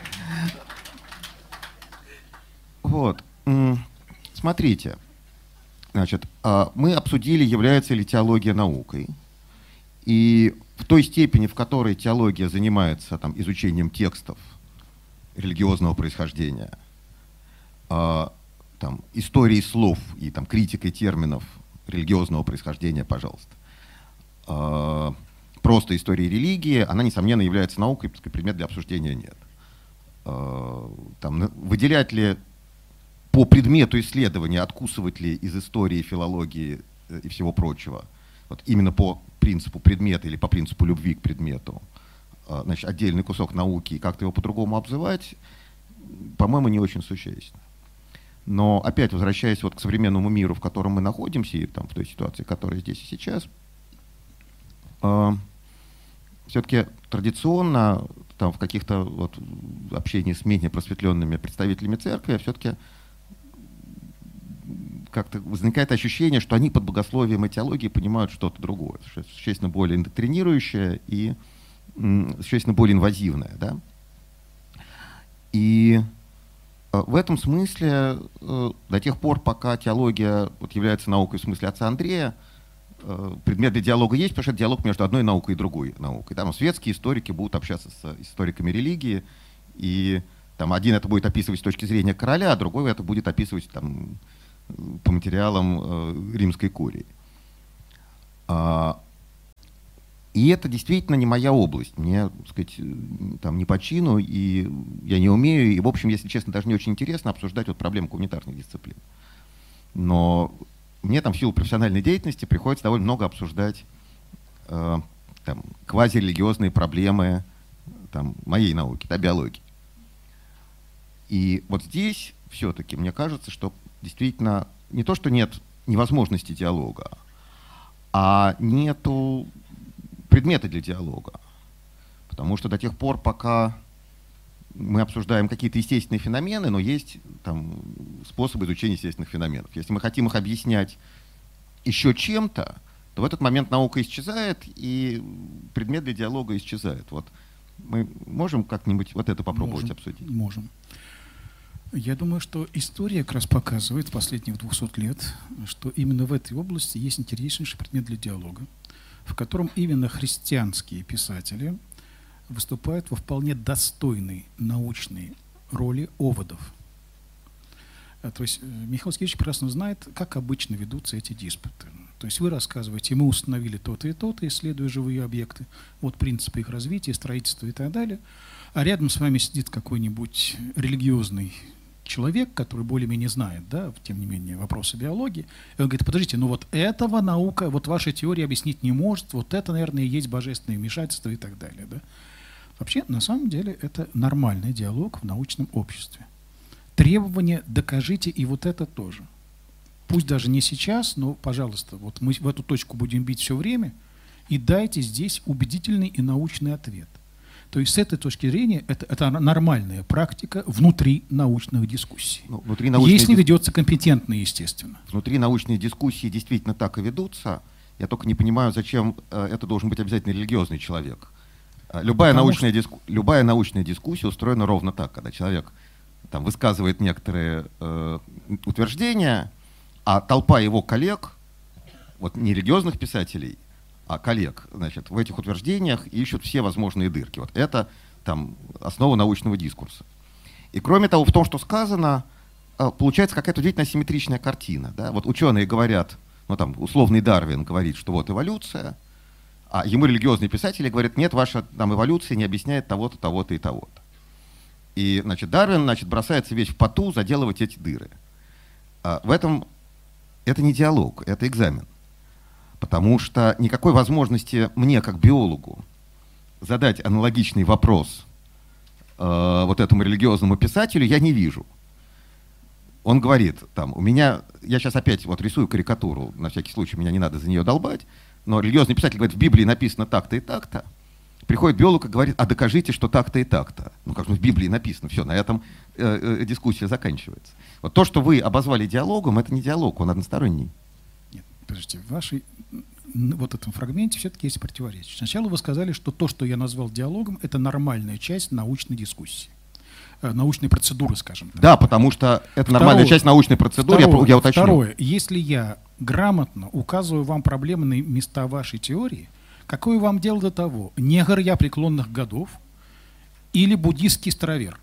Вот. Смотрите. Значит, мы обсудили, является ли теология наукой. И в той степени, в которой теология занимается там, изучением текстов религиозного происхождения, э, там, историей слов и там, критикой терминов религиозного происхождения, пожалуйста, э, просто историей религии, она, несомненно, является наукой, потому что предмет для обсуждения нет. Э, там, выделять ли по предмету исследования, откусывать ли из истории, филологии и всего прочего, вот именно по принципу предмета или по принципу любви к предмету, значит, отдельный кусок науки и как-то его по-другому обзывать, по-моему, не очень существенно. Но опять возвращаясь вот к современному миру, в котором мы находимся, и там, в той ситуации, которая здесь и сейчас, э, все-таки традиционно там, в каких-то вот, общениях с менее просветленными представителями церкви все-таки как-то возникает ощущение, что они под богословием и теологией понимают что-то другое, существенно более индоктринирующее и существенно более инвазивное. Да? И в этом смысле до тех пор, пока теология вот, является наукой в смысле отца Андрея, предмет для диалога есть, потому что это диалог между одной наукой и другой наукой. Там светские историки будут общаться с историками религии, и там, один это будет описывать с точки зрения короля, а другой это будет описывать там, по материалам э, римской курии. А, и это действительно не моя область. Мне, так сказать, там, не по чину, и я не умею, и, в общем, если честно, даже не очень интересно обсуждать вот проблемы гуманитарных дисциплин. Но мне там в силу профессиональной деятельности приходится довольно много обсуждать э, там, квазирелигиозные проблемы там, моей науки, да, биологии. И вот здесь все-таки мне кажется, что действительно не то, что нет невозможности диалога, а нету предмета для диалога. Потому что до тех пор, пока мы обсуждаем какие-то естественные феномены, но есть там, способы изучения естественных феноменов. Если мы хотим их объяснять еще чем-то, то в этот момент наука исчезает, и предмет для диалога исчезает. Вот мы можем как-нибудь вот это попробовать можем, обсудить? Можем. Я думаю, что история как раз показывает последних двухсот лет, что именно в этой области есть интереснейший предмет для диалога, в котором именно христианские писатели выступают во вполне достойной научной роли оводов. То есть Михаил Сергеевич прекрасно знает, как обычно ведутся эти диспуты. То есть вы рассказываете, мы установили то-то и то-то, исследуя живые объекты, вот принципы их развития, строительства и так далее, а рядом с вами сидит какой-нибудь религиозный человек, который более-менее знает, да, тем не менее, вопросы биологии, и он говорит, подождите, ну вот этого наука, вот ваша теория объяснить не может, вот это, наверное, и есть божественное вмешательство и так далее. Да? Вообще, на самом деле, это нормальный диалог в научном обществе. Требование «докажите» и вот это тоже. Пусть даже не сейчас, но, пожалуйста, вот мы в эту точку будем бить все время, и дайте здесь убедительный и научный ответ. То есть с этой точки зрения это, это нормальная практика внутри научных дискуссий. Ну, внутри научной Если дис... ведется компетентно, естественно. Внутри научные дискуссии действительно так и ведутся. Я только не понимаю, зачем э, это должен быть обязательно религиозный человек. Любая научная, что... диску... Любая научная дискуссия устроена ровно так, когда человек там, высказывает некоторые э, утверждения, а толпа его коллег, вот не религиозных писателей, а коллег, значит, в этих утверждениях ищут все возможные дырки. Вот это там, основа научного дискурса. И кроме того, в том, что сказано, получается какая-то удивительно асимметричная картина. Да? Вот ученые говорят, ну там условный Дарвин говорит, что вот эволюция, а ему религиозные писатели говорят, нет, ваша там, эволюция не объясняет того-то, того-то и того-то. И значит, Дарвин значит, бросается весь в поту заделывать эти дыры. А в этом это не диалог, это экзамен. Потому что никакой возможности мне, как биологу, задать аналогичный вопрос э, вот этому религиозному писателю, я не вижу. Он говорит, там, у меня, я сейчас опять вот рисую карикатуру, на всякий случай, меня не надо за нее долбать, но религиозный писатель говорит, в Библии написано так-то и так-то. Приходит биолог и говорит, а докажите, что так-то и так-то. Ну, как же в Библии написано, все, на этом э, э, дискуссия заканчивается. Вот то, что вы обозвали диалогом, это не диалог, он односторонний. Нет, подождите, в вашей вот этом фрагменте все-таки есть противоречие. Сначала вы сказали, что то, что я назвал диалогом, это нормальная часть научной дискуссии, э, научной процедуры, скажем так. Да, потому что это Второе, нормальная часть научной процедуры, второе, я, я уточню. Второе, если я грамотно указываю вам проблемные места вашей теории, какое вам дело до того, негр я преклонных годов или буддийский старовер?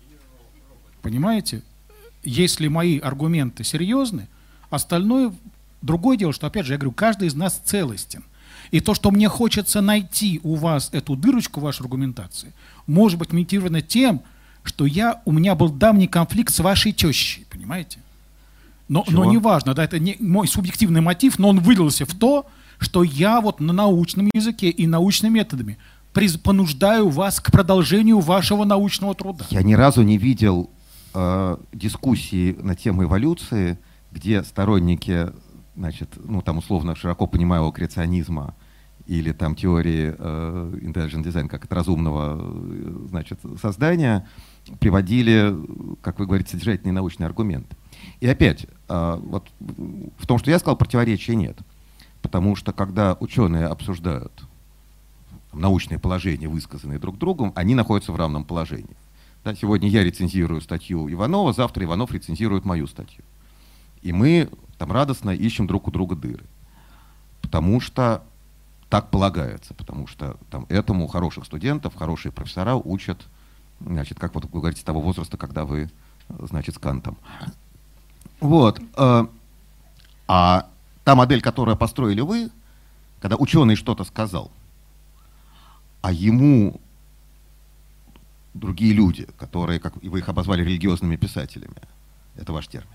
Понимаете? Если мои аргументы серьезны, остальное другое дело, что, опять же, я говорю, каждый из нас целостен. И то, что мне хочется найти у вас эту дырочку в вашей аргументации, может быть мотивировано тем, что я, у меня был давний конфликт с вашей тещей, понимаете? Но, но неважно, да, это не мой субъективный мотив, но он вылился в то, что я вот на научном языке и научными методами понуждаю вас к продолжению вашего научного труда. Я ни разу не видел э, дискуссии на тему эволюции, где сторонники, значит, ну там условно широко понимаемого креационизма или там теории э, intelligent design, как от разумного э, значит, создания, приводили, как вы говорите, содержательные научные аргументы. И опять, э, вот в том, что я сказал, противоречия нет. Потому что когда ученые обсуждают научные положения, высказанные друг другом, они находятся в равном положении. Да, сегодня я рецензирую статью Иванова, завтра Иванов рецензирует мою статью. И мы там радостно ищем друг у друга дыры. Потому что так полагается, потому что там, этому хороших студентов, хорошие профессора учат, значит, как вот вы говорите, с того возраста, когда вы, значит, с Кантом. Вот. А та модель, которую построили вы, когда ученый что-то сказал, а ему другие люди, которые, как вы их обозвали, религиозными писателями, это ваш термин,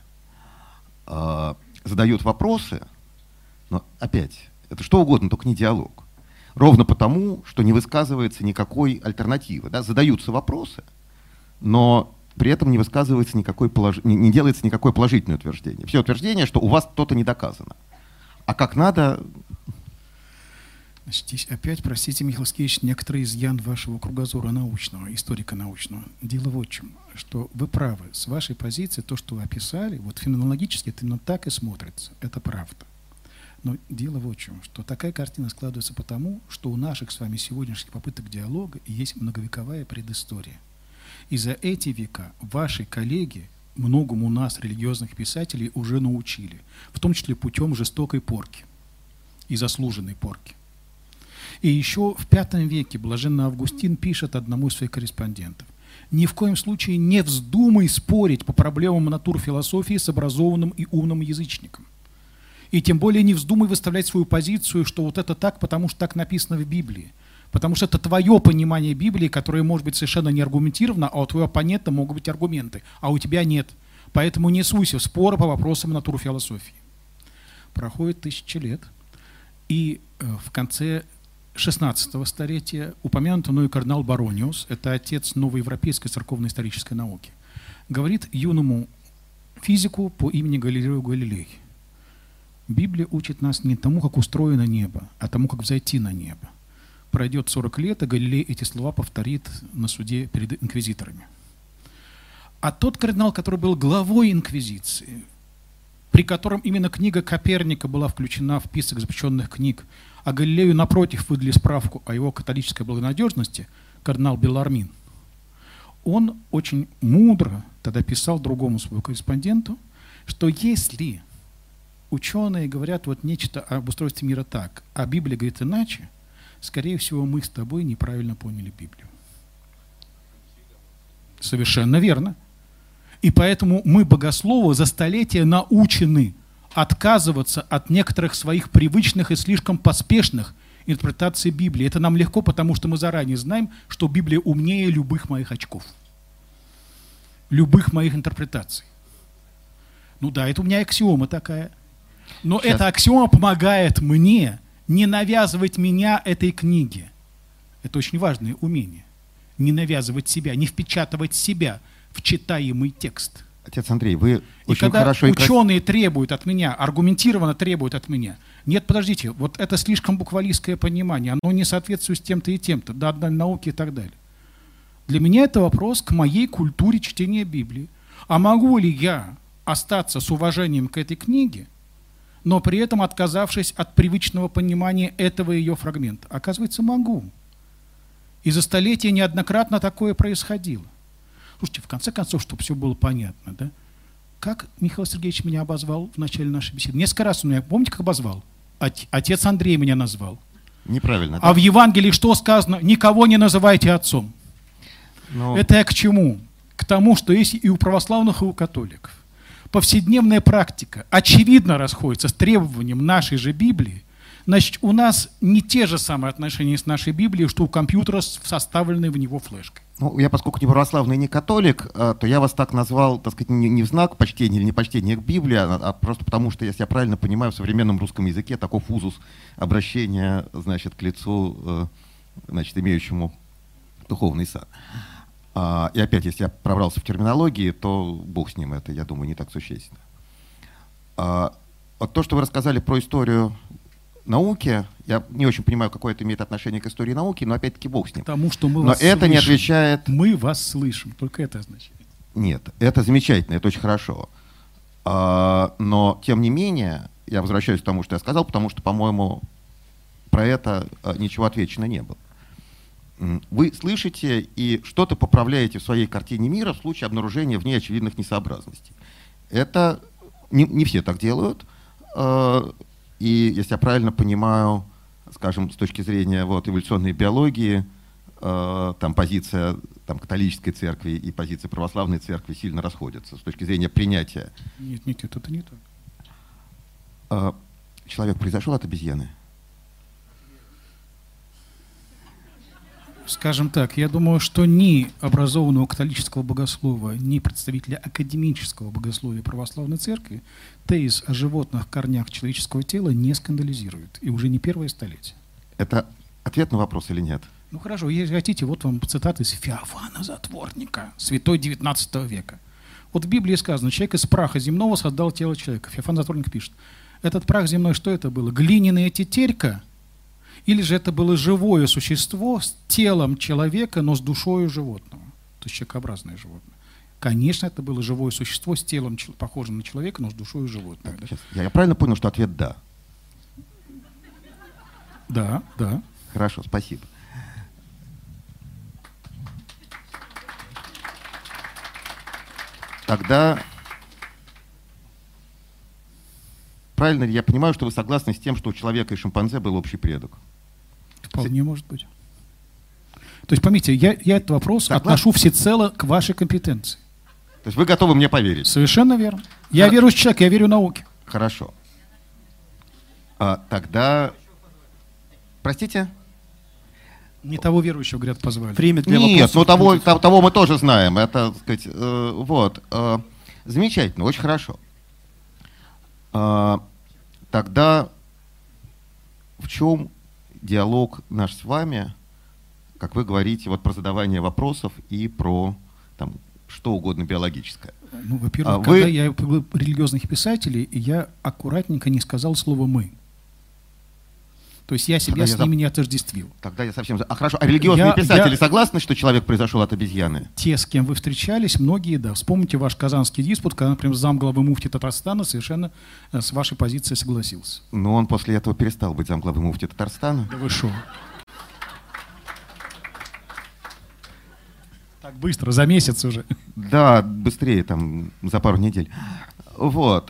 э, задают вопросы, но опять, это что угодно, только не диалог. Ровно потому, что не высказывается никакой альтернативы. Да? Задаются вопросы, но при этом не высказывается никакой полож... не, не делается никакое положительное утверждение. Все утверждение, что у вас что-то не доказано. А как надо... Значит, здесь опять, простите, Михаил Сергеевич, некоторый изъян вашего кругозора научного, историка научного. Дело в чем, что вы правы. С вашей позиции то, что вы описали, вот феноменологически это именно так и смотрится. Это правда. Но дело в чем, что такая картина складывается потому, что у наших с вами сегодняшних попыток диалога есть многовековая предыстория. И за эти века ваши коллеги многому нас, религиозных писателей, уже научили, в том числе путем жестокой порки и заслуженной порки. И еще в пятом веке блаженный Августин пишет одному из своих корреспондентов: «Ни в коем случае не вздумай спорить по проблемам натурфилософии с образованным и умным язычником. И тем более не вздумай выставлять свою позицию, что вот это так, потому что так написано в Библии. Потому что это твое понимание Библии, которое может быть совершенно не аргументировано, а у твоего оппонента могут быть аргументы, а у тебя нет. Поэтому не суйся в споры по вопросам натурфилософии». Проходит тысячи лет, и в конце шестнадцатого столетия упомянутый мной кардинал Барониус, это отец новоевропейской церковно-исторической науки, говорит юному физику по имени Галилео Галилей: «Библия учит нас не тому, как устроено небо, а тому, как взойти на небо». Пройдет сорок лет, и Галилей эти слова повторит на суде перед инквизиторами. А тот кардинал, который был главой инквизиции, при котором именно книга Коперника была включена в список запрещенных книг, а Галилею, напротив, выдали справку о его католической благонадежности, кардинал Беллармин, он очень мудро тогда писал другому своему корреспонденту, что если ученые говорят вот нечто об устройстве мира так, а Библия говорит иначе, скорее всего, мы с тобой неправильно поняли Библию. Совершенно верно. И поэтому мы, богословы, за столетия научены отказываться от некоторых своих привычных и слишком поспешных интерпретаций Библии. Это нам легко, потому что мы заранее знаем, что Библия умнее любых моих очков, любых моих интерпретаций. Ну да, это у меня аксиома такая. Но Сейчас. Эта аксиома помогает мне не навязывать меня этой книге. Это очень важное умение. не навязывать себя, не впечатывать себя в читаемый текст. Отец Андрей, вы и очень когда хорошо... ученые требуют от меня, аргументированно требуют от меня, нет, подождите, вот это слишком буквалистское понимание, оно не соответствует с тем-то и тем-то, до одной науки и так далее. Для меня это вопрос к моей культуре чтения Библии. А могу ли я остаться с уважением к этой книге, но при этом отказавшись от привычного понимания этого ее фрагмента? Оказывается, могу. И за столетия неоднократно такое происходило. Слушайте, в конце концов, чтобы все было понятно, да? Как Михаил Сергеевич меня обозвал в начале нашей беседы? Несколько раз он меня, помните, как обозвал? Отец Андрей меня назвал. Неправильно. А да? в Евангелии что сказано? Никого не называйте отцом. Но... Это я к чему? К тому, что есть и у православных, и у католиков. Повседневная практика очевидно расходится с требованием нашей же Библии. Значит, у нас не те же самые отношения с нашей Библией, что у компьютера с составленной в него флешкой. Ну, я, поскольку не православный и не католик, то я вас так назвал, так сказать, не, не в знак почтения или непочтения к Библии, а, а просто потому, что, если я правильно понимаю, в современном русском языке таков узус обращения, значит, к лицу, значит, имеющему духовный сан. А, и опять, если я пробрался в терминологии, то бог с ним, это, я думаю, не так существенно. А, вот то, что вы рассказали про историю науки, я не очень понимаю, какое это имеет отношение к истории науки, но опять-таки бог с ним. Потому что мы но вас это слышим. не отвечает... Мы вас слышим, только это означает. Нет, это замечательно, это очень хорошо. А, но, тем не менее, я возвращаюсь к тому, что я сказал, потому что, по-моему, про это ничего отвечено не было. Вы слышите и что-то поправляете в своей картине мира в случае обнаружения в ней очевидных несообразностей. Это не, не все так делают. И, если я правильно понимаю, скажем, с точки зрения вот, эволюционной биологии, там позиция там, католической церкви и позиция православной церкви сильно расходятся с точки зрения принятия. Нет, нет, это не так. Человек произошел от обезьяны? Скажем так, я думаю, что ни образованного католического богослова, ни представителя академического богословия православной церкви тезис о животных корнях человеческого тела не скандализирует. И уже не первое столетие. Это ответ на вопрос или нет? Ну хорошо, если хотите, вот вам цитата из Феофана Затворника, святой девятнадцатого века. Вот в Библии сказано, человек из праха земного создал тело человека. Феофан Затворник пишет, этот прах земной, что это было? Глиняная тетерька? Или же это было живое существо с телом человека, но с душою животного, то есть человекообразное животное. Конечно, это было живое существо с телом, похожим на человека, но с душою животного. Да? Я, я правильно понял, что ответ «да»? Да, да. Хорошо, спасибо. Тогда правильно ли я понимаю, что вы согласны с тем, что у человека и шимпанзе был общий предок? Вполне может быть. То есть, поймите, я, я этот вопрос Согласен? отношу всецело к вашей компетенции. То есть вы готовы мне поверить? Совершенно верно. Я Хор... верующий человек, я верю науке. Хорошо. А, тогда... Простите? Не того верующего, говорят, позвали. Время для Нет, вопросов. ну того, того, того мы тоже знаем. Это, так сказать, э, вот. Э, замечательно, очень хорошо. Э, тогда в чем диалог наш с вами, как вы говорите, вот про задавание вопросов и про там, что угодно биологическое? Ну, во-первых, а когда вы... я был религиозных писателей, я аккуратненько не сказал слово «мы». То есть я себя Тогда с я ними зап... не отождествил. Тогда я совсем... А хорошо, а религиозные я, писатели я... согласны, что человек произошел от обезьяны? Те, с кем вы встречались, многие, да. Вспомните ваш казанский диспут, когда, например, замглавы муфти Татарстана совершенно с вашей позицией согласился. Но он после этого перестал быть замглавой муфти Татарстана. Да вы шо? Так быстро, за месяц уже. Да, быстрее, там, за пару недель. Вот.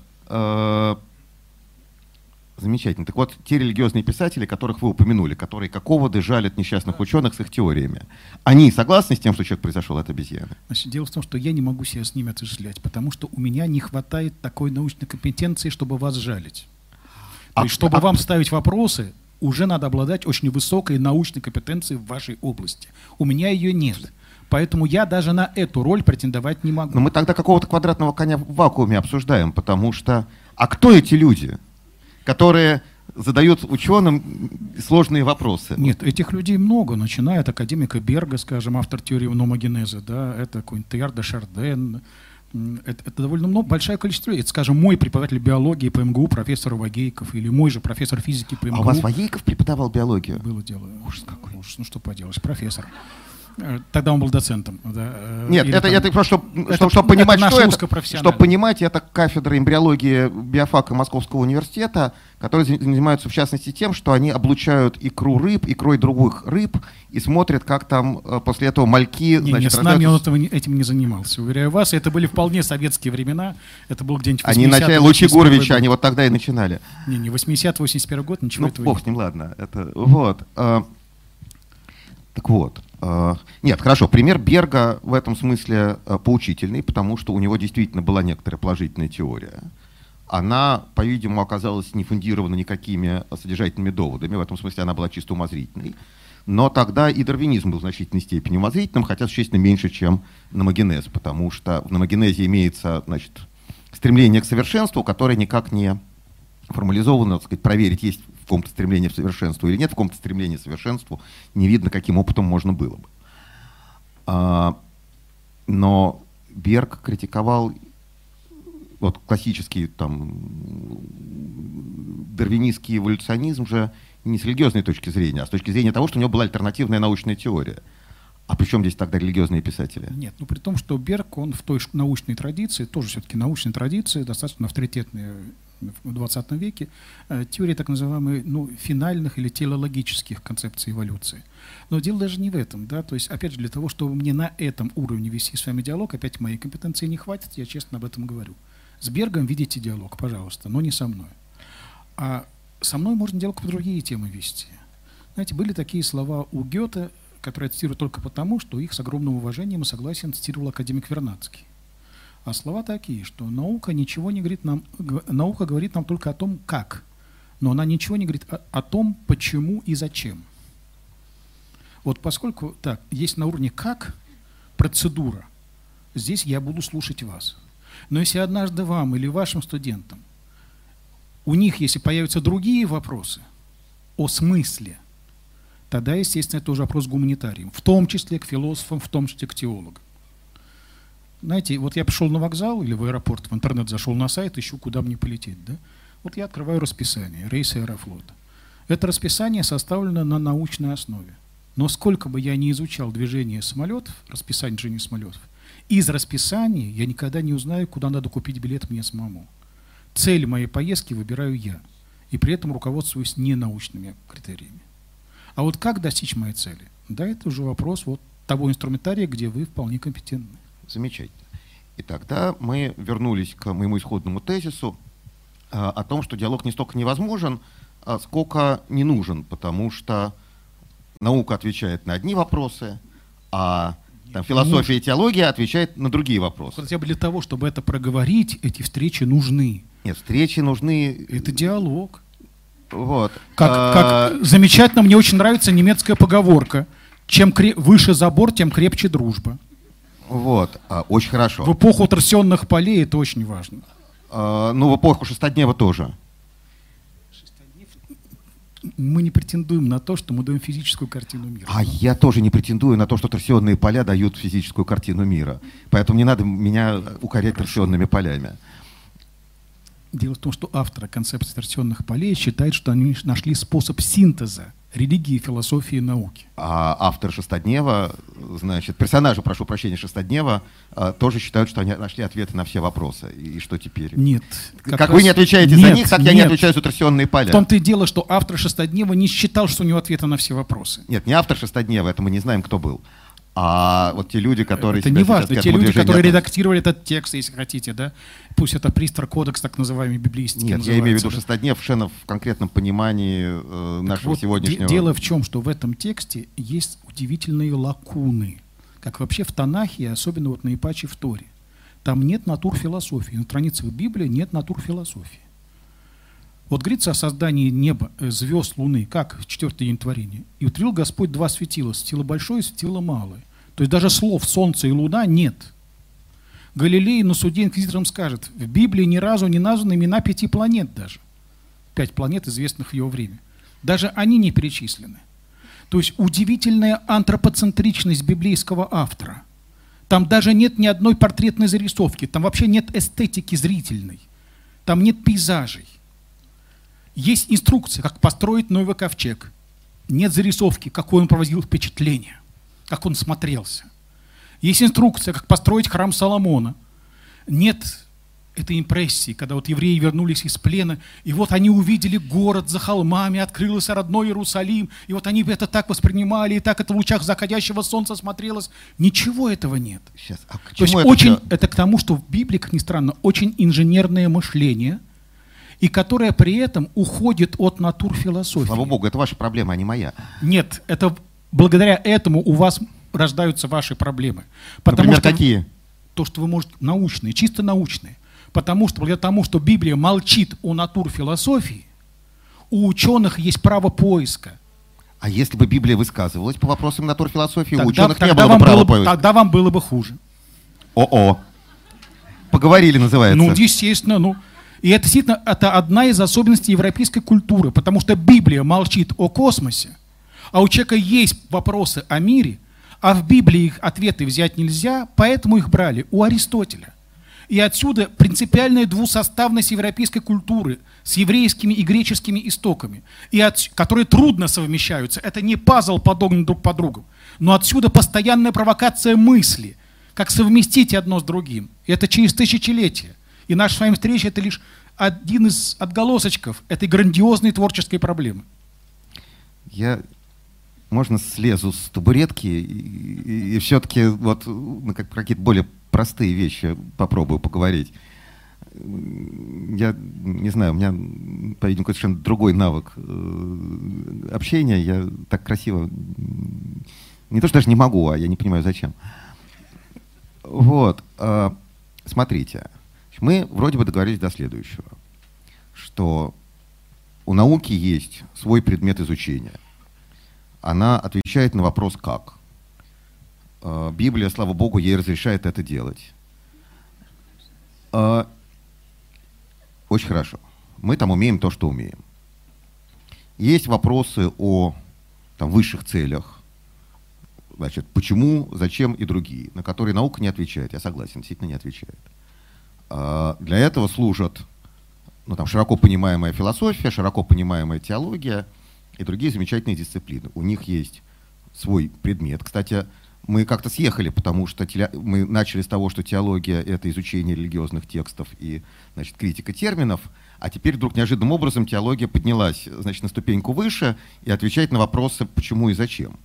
Замечательно. Так вот, те религиозные писатели, которых вы упомянули, которые какого-то жалят несчастных ученых с их теориями, они согласны с тем, что человек произошел от обезьяны? Значит, дело в том, что я не могу себя с ними отождествлять, потому что у меня не хватает такой научной компетенции, чтобы вас жалить. А, То есть, чтобы а... вам ставить вопросы, уже надо обладать очень высокой научной компетенцией в вашей области. У меня ее нет. Поэтому я даже на эту роль претендовать не могу. Но мы тогда какого-то квадратного коня в вакууме обсуждаем, потому что... А кто эти люди, которые задает ученым сложные вопросы. Нет, этих людей много, начиная от академика Берга, скажем, автор теории номогенеза, да, это какой-нибудь Тейяр де Шарден. Это, это довольно много, большое количество людей. Это, скажем, мой преподаватель биологии по эм гэ у, профессор Вагейков, или мой же профессор физики по эм гэ у. А у вас Вагейков преподавал биологию? Было дело. Ужас какой. Ужас, ну что поделаешь, профессор. Тогда он был доцентом. Да. Нет, Или это, там, это просто, чтобы, это, чтобы понимать, это что это, чтобы понимать, это кафедра эмбриологии биофака Московского университета, которые занимаются, в частности, тем, что они облучают икру рыб, икрой других рыб, и смотрят, как там после этого мальки... Не, значит, не, с нами он этого, этим не занимался. Уверяю вас, это были вполне советские времена. Это был где-нибудь Они начали Лучи Гуровича, они вот тогда и начинали. Не, не, восьмидесятый-восемьдесят первый год, ничего ну, этого бог нет. с ним, ладно. Это, вот. А, так вот. А, нет, хорошо, пример Берга в этом смысле а, поучительный, потому что у него действительно была некоторая положительная теория. Она, по-видимому, оказалась не фундирована никакими содержательными доводами. В этом смысле она была чисто умозрительной. Но тогда и дарвинизм был в значительной степени умозрительным, хотя существенно меньше, чем номогенез, потому что в номогенезе имеется, значит, стремление к совершенству, которое никак не формализовано, так сказать, проверить, есть в каком-то стремлении к совершенству или нет, в каком-то стремлении к совершенству, не видно, каким опытом можно было бы. А, но Берг критиковал вот классический там дарвинистский эволюционизм же не с религиозной точки зрения, а с точки зрения того, что у него была альтернативная научная теория. А при чем здесь тогда религиозные писатели? Нет, ну при том, что Берг, он в той научной традиции, тоже все-таки научной традиции, достаточно авторитетной в двадцатом веке, э, теории так называемой, ну, финальных или телеологических концепций эволюции. Но дело даже не в этом, да, то есть, опять же, для того, чтобы мне на этом уровне вести с вами диалог, опять моей компетенции не хватит, я честно об этом говорю. С Бергом ведите диалог, пожалуйста, но не со мной. А со мной можно диалог по другие темы вести. Знаете, были такие слова у Гёте, которые я цитирую только потому, что их с огромным уважением и согласием цитировал академик Вернадский. А слова такие, что наука ничего не говорит нам, наука говорит нам только о том, как, но она ничего не говорит о, о том, почему и зачем. Вот поскольку так, есть на уровне как процедура, здесь я буду слушать вас. Но если однажды вам или вашим студентам, у них, если появятся другие вопросы о смысле, тогда, естественно, это уже вопрос к гуманитариям, в том числе к философам, в том числе к теологам. Знаете, вот я пришел на вокзал или в аэропорт, в интернет зашел на сайт, ищу, куда мне полететь. Да? Вот я открываю расписание, рейсы Аэрофлота. Это расписание составлено на научной основе. Но сколько бы я ни изучал движение самолетов, расписание движения самолетов, из расписания я никогда не узнаю, куда надо купить билет мне самому. Цель моей поездки выбираю я, и при этом руководствуюсь не научными критериями. А вот как достичь моей цели? Да, это уже вопрос вот того инструментария, где вы вполне компетентны. Замечательно. И тогда мы вернулись к моему исходному тезису э, о том, что диалог не столько невозможен, а сколько не нужен, потому что наука отвечает на одни вопросы, а там, философия и теология отвечает на другие вопросы. Хотя бы для того, чтобы это проговорить, эти встречи нужны. Нет, встречи нужны... Это диалог. Вот. Как, а... как замечательно, мне очень нравится немецкая поговорка. Чем креп... выше забор, тем крепче дружба. Вот, а, очень хорошо. В эпоху торсионных полей это очень важно. А, ну, в эпоху шестоднева тоже. Мы не претендуем на то, что мы даем физическую картину мира. А я тоже не претендую на то, что торсионные поля дают физическую картину мира. Поэтому не надо меня укорять торсионными полями. Дело в том, что авторы концепции торсионных полей считают, что они нашли способ синтеза религии, философии и науки. А автор «Шестоднева», значит, персонажи, прошу прощения, «Шестоднева» тоже считают, что они нашли ответы на все вопросы. И что теперь? Нет. Как, как вы не отвечаете нет, за них, так нет. я не отвечаю за торсионные поля. В том-то и дело, что автор «Шестоднева» не считал, что у него ответы на все вопросы. Нет, не автор «Шестоднева», это мы не знаем, кто был. А вот те люди, которые... Это не важно. Те люди, которые относятся. редактировали этот текст, если хотите, да? Пусть это Пристер-кодекс, так называемый, библейский. Нет, я имею в виду да? Шестоднев Шенов в конкретном понимании э, нашего вот сегодняшнего... Дело в чем, что в этом тексте есть удивительные лакуны. Как вообще в Танахе, особенно вот на Ипаче в Торе. Там нет натур философии. На страницах Библии нет натур философии. Вот говорится о создании неба, звезд, луны, как в четвертый день творения. «И утворил Господь два светила, светило большое и светило малое». То есть даже слов «солнце» и «луна» нет. Галилей на суде инквизиторам скажет, в Библии ни разу не названы имена пяти планет даже. пять планет, известных в его время. Даже они не перечислены. То есть удивительная антропоцентричность библейского автора. Там даже нет ни одной портретной зарисовки, там вообще нет эстетики зрительной, там нет пейзажей. Есть инструкция, как построить Ноевый ковчег. Нет зарисовки, какое он проводил впечатление, как он смотрелся. Есть инструкция, как построить храм Соломона. Нет этой импрессии, когда вот евреи вернулись из плена, и вот они увидели город за холмами, открылся родной Иерусалим, и вот они это так воспринимали, и так это в лучах заходящего солнца смотрелось. Ничего этого нет. Сейчас, а к То есть чему это очень, всё? это к тому, что в Библии, как ни странно, очень инженерное мышление, и которое при этом уходит от натурфилософии. Слава Богу, это ваша проблема, а не моя. Нет, это благодаря этому у вас рождаются ваши проблемы. Потому Например, что какие? то, что вы можете, научные, чисто научные. Потому что благодаря тому, что Библия молчит о натурфилософии, у ученых есть право поиска. А если бы Библия высказывалась по вопросам натурфилософии, у Тогда, ученых не тогда было вам бы права было, бы- поиска? тогда вам было бы хуже. О-о. Поговорили, называется. Ну, естественно, ну. И это действительно это одна из особенностей европейской культуры, потому что Библия молчит о космосе, а у человека есть вопросы о мире, а в Библии их ответы взять нельзя, поэтому их брали у Аристотеля. И отсюда принципиальная двусоставность европейской культуры с еврейскими и греческими истоками, и от, которые трудно совмещаются. Это не пазл, подогнан друг под другом, но отсюда постоянная провокация мысли, как совместить одно с другим. И это через тысячелетия. И наша с вами встреча – это лишь один из отголосочков этой грандиозной творческой проблемы. Я, можно, слезу с табуретки и, и, и все-таки вот ну, как, какие-то более простые вещи попробую поговорить. Я не знаю, у меня, по-видимому, совершенно другой навык э, общения. Я так красиво не то, что даже не могу, а я не понимаю, зачем. Вот. Э, смотрите. Мы вроде бы договорились до следующего, что у науки есть свой предмет изучения. Она отвечает на вопрос «как?». Библия, слава Богу, ей разрешает это делать. Очень хорошо. Мы там умеем то, что умеем. Есть вопросы о там, высших целях. Значит, почему, зачем и другие, на которые наука не отвечает. Я согласен, действительно не отвечает. Для этого служат ну, там, широко понимаемая философия, широко понимаемая теология и другие замечательные дисциплины. У них есть свой предмет. Кстати, мы как-то съехали, потому что теле... мы начали с того, что теология — это изучение религиозных текстов и значит, критика терминов, а теперь вдруг неожиданным образом теология поднялась значит, на ступеньку выше и отвечает на вопросы «почему и зачем?».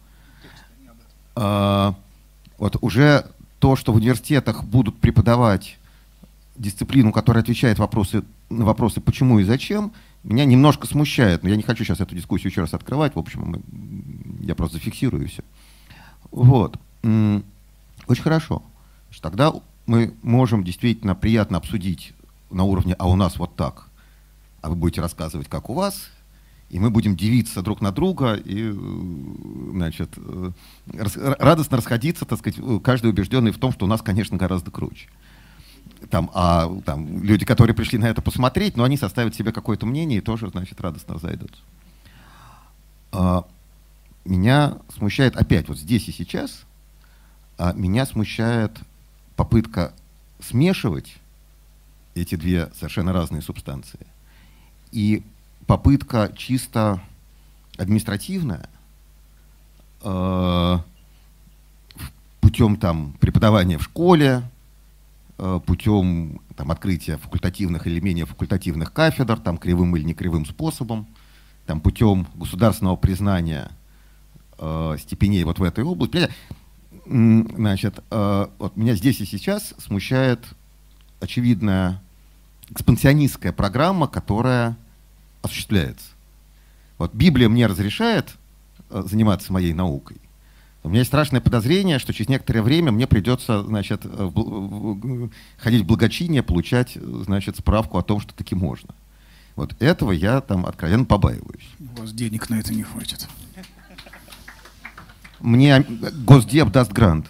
А, вот уже то, что в университетах будут преподавать дисциплину, которая отвечает вопросы, на вопросы «почему и зачем», меня немножко смущает. Но я не хочу сейчас эту дискуссию еще раз открывать. В общем, мы, я просто зафиксирую все. Вот. Очень хорошо. Тогда мы можем действительно приятно обсудить на уровне «а у нас вот так», а вы будете рассказывать, как у вас, и мы будем дивиться друг на друга и значит, радостно расходиться, так сказать, каждый убежденный в том, что у нас, конечно, гораздо круче. Там, а там, люди, которые пришли на это посмотреть, но они составят себе какое-то мнение и тоже, значит, радостно разойдутся. А, меня смущает опять, вот здесь и сейчас, а, меня смущает попытка смешивать эти две совершенно разные субстанции и попытка чисто административная э, путем там, преподавания в школе, путем там, открытия факультативных или менее факультативных кафедр, там, кривым или некривым способом, там, путем государственного признания э, степеней вот в этой области. Значит, э, вот меня здесь и сейчас смущает очевидная экспансионистская программа, которая осуществляется. Вот Библия мне разрешает э, заниматься моей наукой. У меня есть страшное подозрение, что через некоторое время мне придется, значит, в, в, ходить в благочиние, получать, значит, справку о том, что таки можно. Вот этого я там откровенно побаиваюсь. У вас денег на это не хватит. Мне Госдеп даст грант.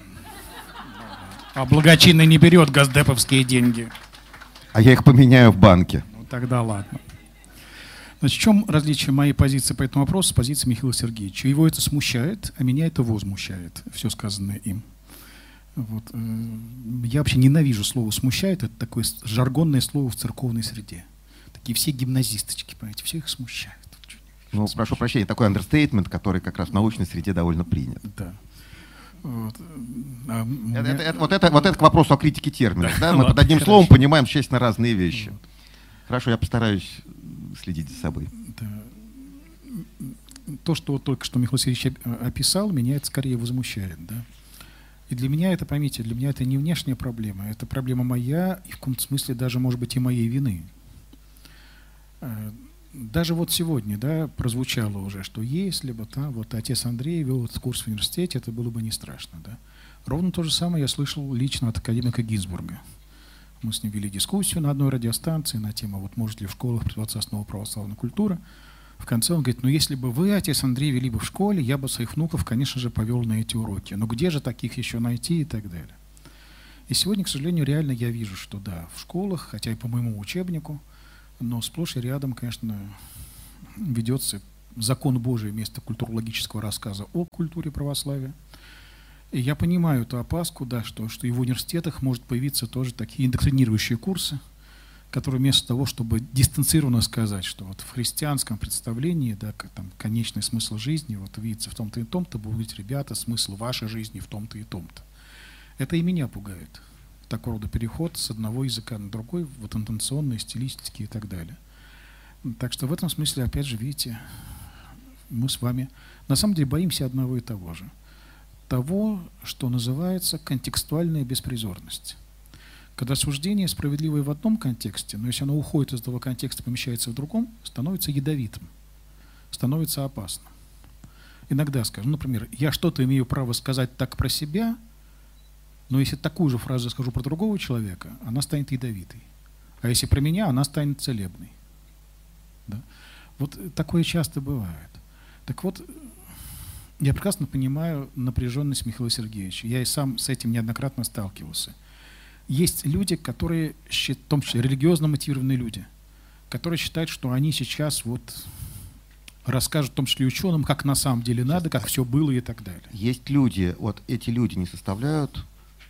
А благочинный не берет госдеповские деньги. А я их поменяю в банке. Ну тогда ладно. Значит, в чем различие моей позиции по этому вопросу с позицией Михаила Сергеевича? Его это смущает, а меня это возмущает, все сказанное им. Вот. Я вообще ненавижу слово «смущает». Это такое жаргонное слово в церковной среде. Такие все гимназисточки, понимаете, все их смущает. Ну, прошу прощения, такой андерстейтмент, который как раз в научной среде довольно принят. Да. Вот. А это, меня... это, это, вот, это, вот это к вопросу о критике терминов. Да? Мы Ладно, под одним хорошо. словом понимаем существенно разные вещи. Вот. Хорошо, я постараюсь следить за собой. Да. То, что вот только что Михаил Сергеевич описал, меня это скорее возмущает. Да? И для меня это, поймите, для меня это не внешняя проблема, это проблема моя, и в каком-то смысле даже, может быть, и моей вины. Даже вот сегодня, да, прозвучало уже, что если бы да, вот отец Андрей вел этот курс в университете, это было бы не страшно. Да? Ровно то же самое я слышал лично от академика Гинзбурга. Мы с ним вели дискуссию на одной радиостанции на тему, вот может ли в школах преподаваться основа православной культуры. В конце он говорит, ну если бы вы, отец Андрей, вели бы в школе, я бы своих внуков, конечно же, повел на эти уроки. Но где же таких еще найти и так далее. И сегодня, к сожалению, реально я вижу, что да, в школах, хотя и по моему учебнику, но сплошь и рядом, конечно, ведется закон Божий вместо культурологического рассказа о культуре православия. И я понимаю эту опаску, да, что, что и в университетах может появиться тоже такие индоктринирующие курсы, которые вместо того, чтобы дистанцированно сказать, что вот в христианском представлении, да, как там конечный смысл жизни вот видится в том-то и том-то, будут говорить, ребята, смысл вашей жизни в том-то и том-то. Это и меня пугает. Такого рода переход с одного языка на другой, вот интонационные, стилистики и так далее. Так что в этом смысле, опять же, видите, мы с вами на самом деле боимся одного и того же. Того, что называется контекстуальная беспризорность. Когда суждение справедливое в одном контексте, но если оно уходит из этого контекста, помещается в другом, становится ядовитым, становится опасным. Иногда скажем, например, я что-то имею право сказать так про себя, но если такую же фразу скажу про другого человека, она станет ядовитой. А если про меня, она станет целебной. Да? Вот такое часто бывает. Так вот, я прекрасно понимаю напряженность Михаила Сергеевича. Я и сам с этим неоднократно сталкивался. Есть люди, которые, в том числе религиозно мотивированные люди, которые считают, что они сейчас вот расскажут, в том числе ученым, как на самом деле надо, как все было и так далее. Есть люди, вот эти люди не составляют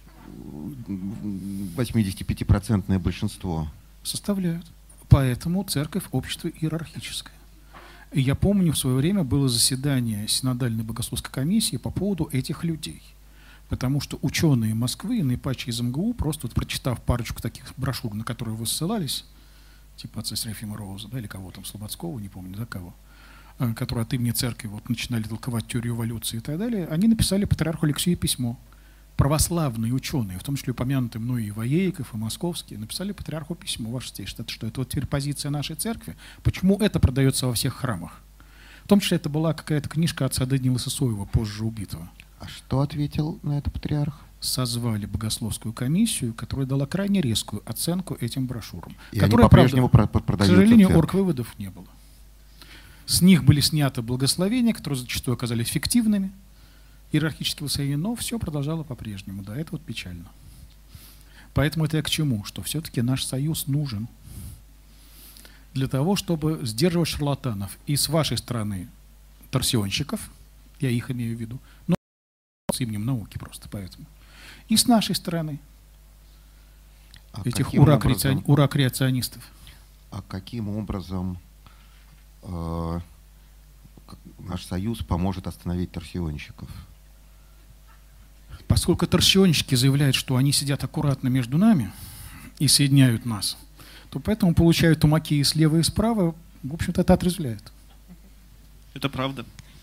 восьмидесятипятипроцентное большинство. Составляют. Поэтому церковь – общество иерархическое. И я помню, в свое время было заседание Синодальной богословской комиссии по поводу этих людей. Потому что ученые Москвы, наипаче из эм гэ у, просто вот прочитав парочку таких брошюр, на которые вы ссылались, типа отца Серафима Роуза, да, или кого там, Слободского, не помню, да, кого, которые от имени церкви вот начинали толковать теорию эволюции и так далее, они написали патриарху Алексею письмо. Православные ученые, в том числе упомянутые мной и Воейков, и Московские, написали патриарху письмо, ваше святейшество, что это вот теперь позиция нашей церкви, почему это продается во всех храмах. В том числе это была какая-то книжка отца Даниила Сысоева, позже убитого. А что ответил на это патриарх? Созвали богословскую комиссию, которая дала крайне резкую оценку этим брошюрам. И которые, они по-прежнему правда, продаются. К сожалению, оргвыводов не было. С них были сняты благословения, которые зачастую оказались фиктивными, иерархические благословения, но все продолжало по-прежнему. Да, это вот печально. Поэтому это я к чему? Что все-таки наш союз нужен для того, чтобы сдерживать шарлатанов. И с вашей стороны торсионщиков, я их имею в виду, но с именем науки просто поэтому. И с нашей стороны а этих ура-креационистов. Ура А каким образом э, наш союз поможет остановить торсионщиков? Поскольку торсионщики заявляют, что они сидят аккуратно между нами и соединяют нас, то поэтому получают тумаки и слева, и справа, в общем-то, это отрезвляет. Это правда.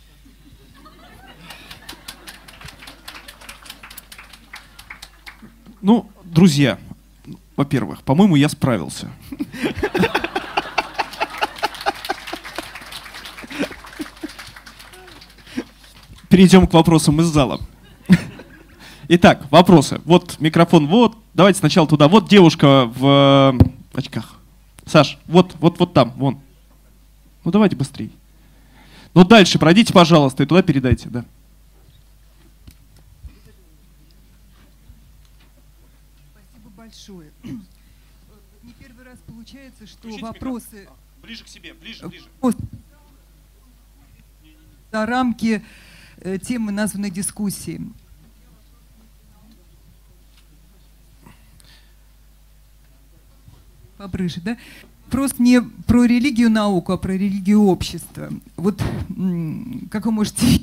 Ну, друзья, во-первых, по-моему, я справился. Перейдем к вопросам из зала. Итак, вопросы. Вот микрофон, вот. Давайте сначала туда. Вот девушка в очках. Саш, вот, вот, вот там, вон. Ну давайте быстрее. Ну дальше пройдите, пожалуйста, и туда передайте, да. Спасибо большое. Не первый раз получается, что вопросы... Ближе к себе, ближе, ближе. За рамки э, темы названной дискуссии. Побрыже, да? Просто не про религию науку, а про религию общества. Вот как вы можете...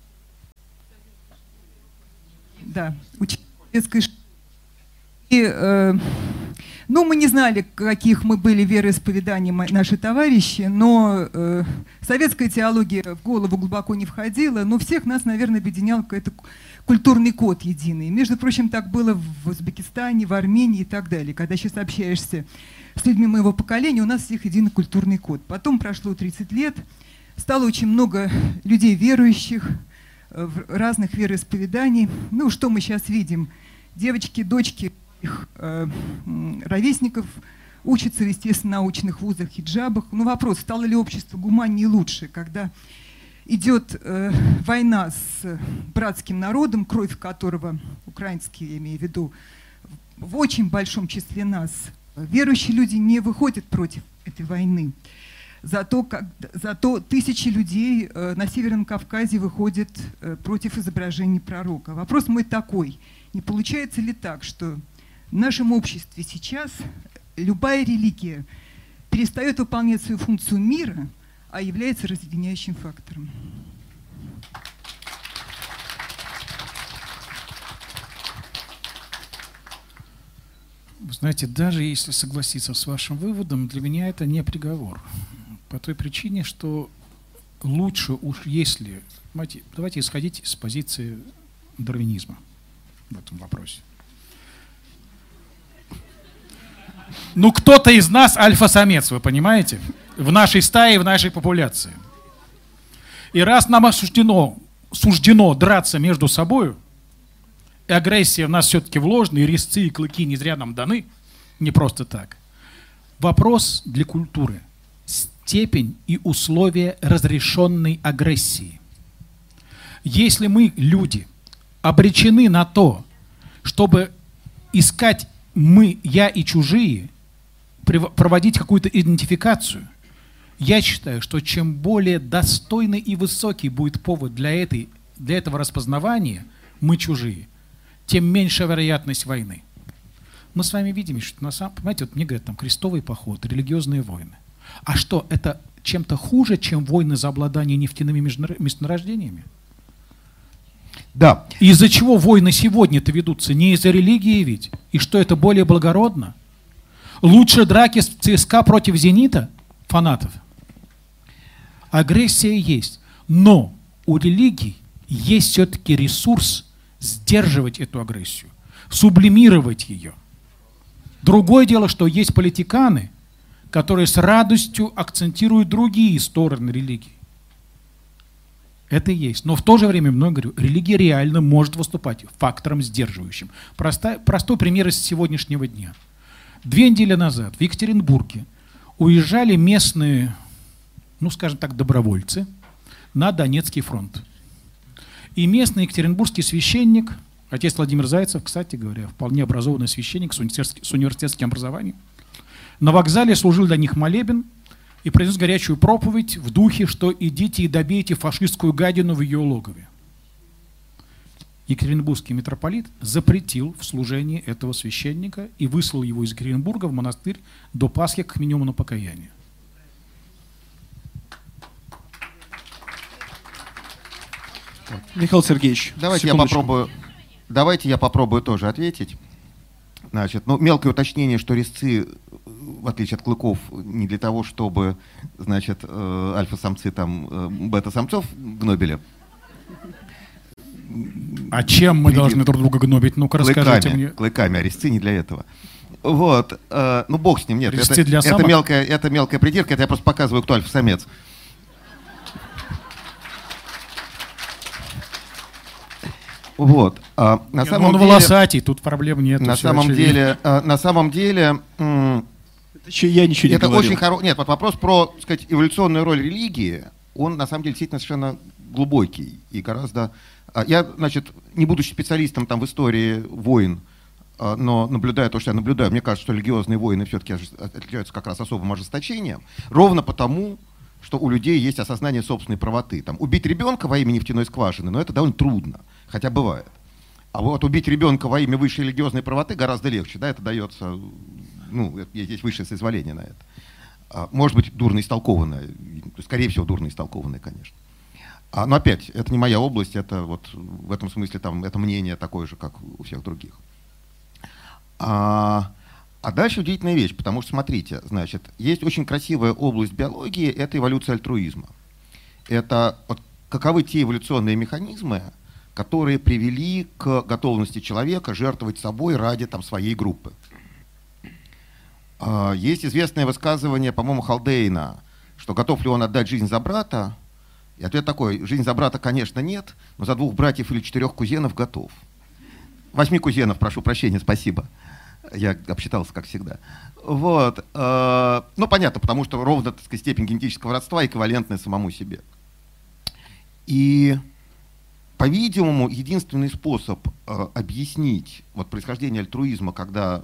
Да, учить в детской школе. И, э, ну, мы не знали, каких мы были вероисповеданий наши товарищи, но э, советская теология в голову глубоко не входила, но всех нас, наверное, объединял какой-то культурный код единый. Между прочим, так было в Узбекистане, в Армении и так далее. Когда сейчас общаешься с людьми моего поколения, у нас всех единый культурный код. Потом прошло тридцать лет, стало очень много людей верующих, в разных вероисповеданий. Ну, что мы сейчас видим? Девочки, дочки их э, ровесников учатся в естественно-научных вузах, хиджабах. Ну, вопрос, стало ли общество гуманнее и лучше, когда идет э, война с братским народом, кровь которого, украинские, я имею в виду, в очень большом числе нас. Верующие люди не выходят против этой войны. Зато, как, зато тысячи людей э, на Северном Кавказе выходят э, против изображений пророка. Вопрос мой такой. Не получается ли так, что в нашем обществе сейчас любая религия перестает выполнять свою функцию мира, а является разъединяющим фактором? Вы знаете, даже если согласиться с вашим выводом, для меня это не приговор. По той причине, что лучше уж если... Давайте, давайте исходить с позиции дарвинизма в этом вопросе. Ну, кто-то из нас альфа-самец, вы понимаете? В нашей стае, в нашей популяции. И раз нам осуждено, суждено драться между собой, и агрессия в нас все-таки вложена, и резцы, и клыки не зря нам даны, не просто так. Вопрос для культуры. Степень и условия разрешенной агрессии. Если мы, люди, обречены на то, чтобы искать мы, я и чужие, проводить какую-то идентификацию, я считаю, что чем более достойный и высокий будет повод для, этой, для этого распознавания, мы чужие, тем меньше вероятность войны. Мы с вами видим, что на самом, понимаете, вот мне говорят, там крестовый поход, религиозные войны. А что, это чем-то хуже, чем войны за обладание нефтяными месторождениями? Да. Из-за чего войны сегодня-то ведутся? Не из-за религии ведь? И что, это более благородно? Лучше драки с ЦСКА против «Зенита» фанатов? Агрессия есть. Но у религий есть все-таки ресурс сдерживать эту агрессию, сублимировать ее. Другое дело, что есть политиканы, которые с радостью акцентируют другие стороны религии. Это и есть. Но в то же время, много говорю, религия реально может выступать фактором сдерживающим. Простой, простой пример из сегодняшнего дня. Две недели назад в Екатеринбурге уезжали местные, ну скажем так, добровольцы на Донецкий фронт. И местный екатеринбургский священник, отец Владимир Зайцев, кстати говоря, вполне образованный священник с университетским, с университетским образованием, на вокзале служил для них молебен и произнес горячую проповедь в духе, что идите и добейте фашистскую гадину в ее логове. Екатеринбургский митрополит запретил в служении этого священника и выслал его из Екатеринбурга в монастырь до Пасхи к минимуму на покаяние. Михаил Сергеевич, давайте я попробую, давайте я попробую тоже ответить. Значит, ну, мелкое уточнение, что резцы, в отличие от клыков, не для того, чтобы, значит, э, альфа-самцы там э, бета-самцов гнобили. А чем мы должны друг друга гнобить? Ну-ка, расскажите мне. Клыками, а резцы не для этого. Вот, э, ну бог с ним, нет. Резцы это, для это, мелкая, это мелкая придирка, это я просто показываю, кто альфа-самец. Вот. А, на нет, самом он деле, волосатый, тут проблем нет. На самом деле, а, на самом деле, м- это я ничего не это говорил. очень хороший. Нет, вот вопрос про, так сказать, эволюционную роль религии, он на самом деле действительно совершенно глубокий и гораздо. А, я, значит, не будучи специалистом там в истории войн, но наблюдая то, что я наблюдаю, мне кажется, что религиозные войны все-таки отличаются как раз особым ожесточением, ровно потому, что у людей есть осознание собственной правоты. Там, убить ребенка во имя нефтяной скважины, но это довольно трудно, хотя бывает. А вот убить ребенка во имя высшей религиозной правоты гораздо легче, да, это дается, ну, есть высшее соизволение на это. Может быть, дурно истолкованное, скорее всего, дурно истолкованное, конечно. А, но опять, это не моя область, это вот в этом смысле там, это мнение такое же, как у всех других. А, а дальше удивительная вещь, потому что, смотрите, значит, есть очень красивая область биологии, это эволюция альтруизма. Это вот, каковы те эволюционные механизмы, которые привели к готовности человека жертвовать собой ради там, своей группы. А, есть известное высказывание, по-моему, Халдейна, что готов ли он отдать жизнь за брата. И ответ такой: жизнь за брата, конечно, нет, но за двух братьев или четырех кузенов готов. Восьми кузенов, прошу прощения, спасибо. Я обсчитался, как всегда. Вот. Ну, понятно, потому что ровно, так сказать, степень генетического родства эквивалентная самому себе. И, по-видимому, единственный способ объяснить вот, происхождение альтруизма, когда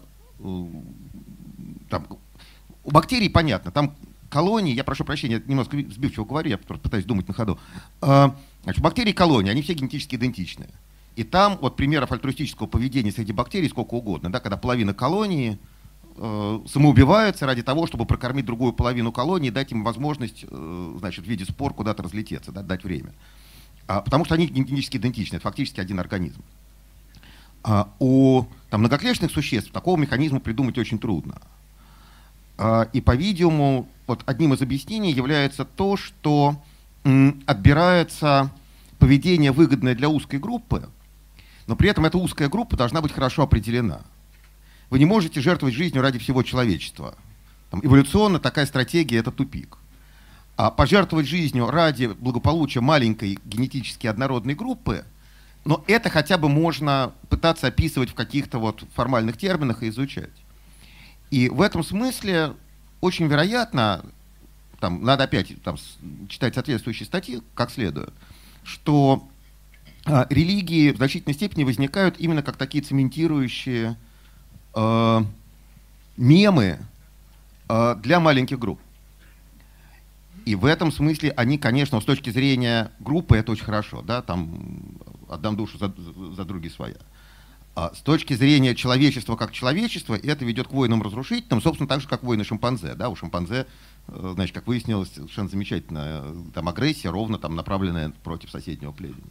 там, у бактерий понятно, там колонии, я прошу прощения, я немножко сбивчиво говорю, я пытаюсь думать на ходу. Значит, бактерии и колонии, они все генетически идентичны. И там вот примеров альтруистического поведения среди бактерий сколько угодно, да, когда половина колонии э, самоубивается ради того, чтобы прокормить другую половину колонии, дать им возможность, э, значит, в виде спор куда-то разлететься, да, дать время. А, потому что они генетически идентичны, это фактически один организм. А у там, многоклеточных существ такого механизма придумать очень трудно. А, и, по-видимому, вот одним из объяснений является то, что м, отбирается поведение, выгодное для узкой группы, но при этом эта узкая группа должна быть хорошо определена. Вы не можете жертвовать жизнью ради всего человечества. Там, эволюционно такая стратегия – это тупик. А пожертвовать жизнью ради благополучия маленькой генетически однородной группы, но это хотя бы можно пытаться описывать в каких-то вот формальных терминах и изучать. И в этом смысле очень вероятно, там, надо опять там, читать соответствующие статьи как следует, что а, религии в значительной степени возникают именно как такие цементирующие э, мемы э, для маленьких групп. И в этом смысле они, конечно, с точки зрения группы это очень хорошо, да, там отдам душу за, за други своя. А с точки зрения человечества как человечества, это ведет к войнам разрушительным, собственно, так же, как войны шимпанзе. Да, у шимпанзе, значит, как выяснилось, совершенно замечательная там, агрессия, ровно там, направленная против соседнего племени.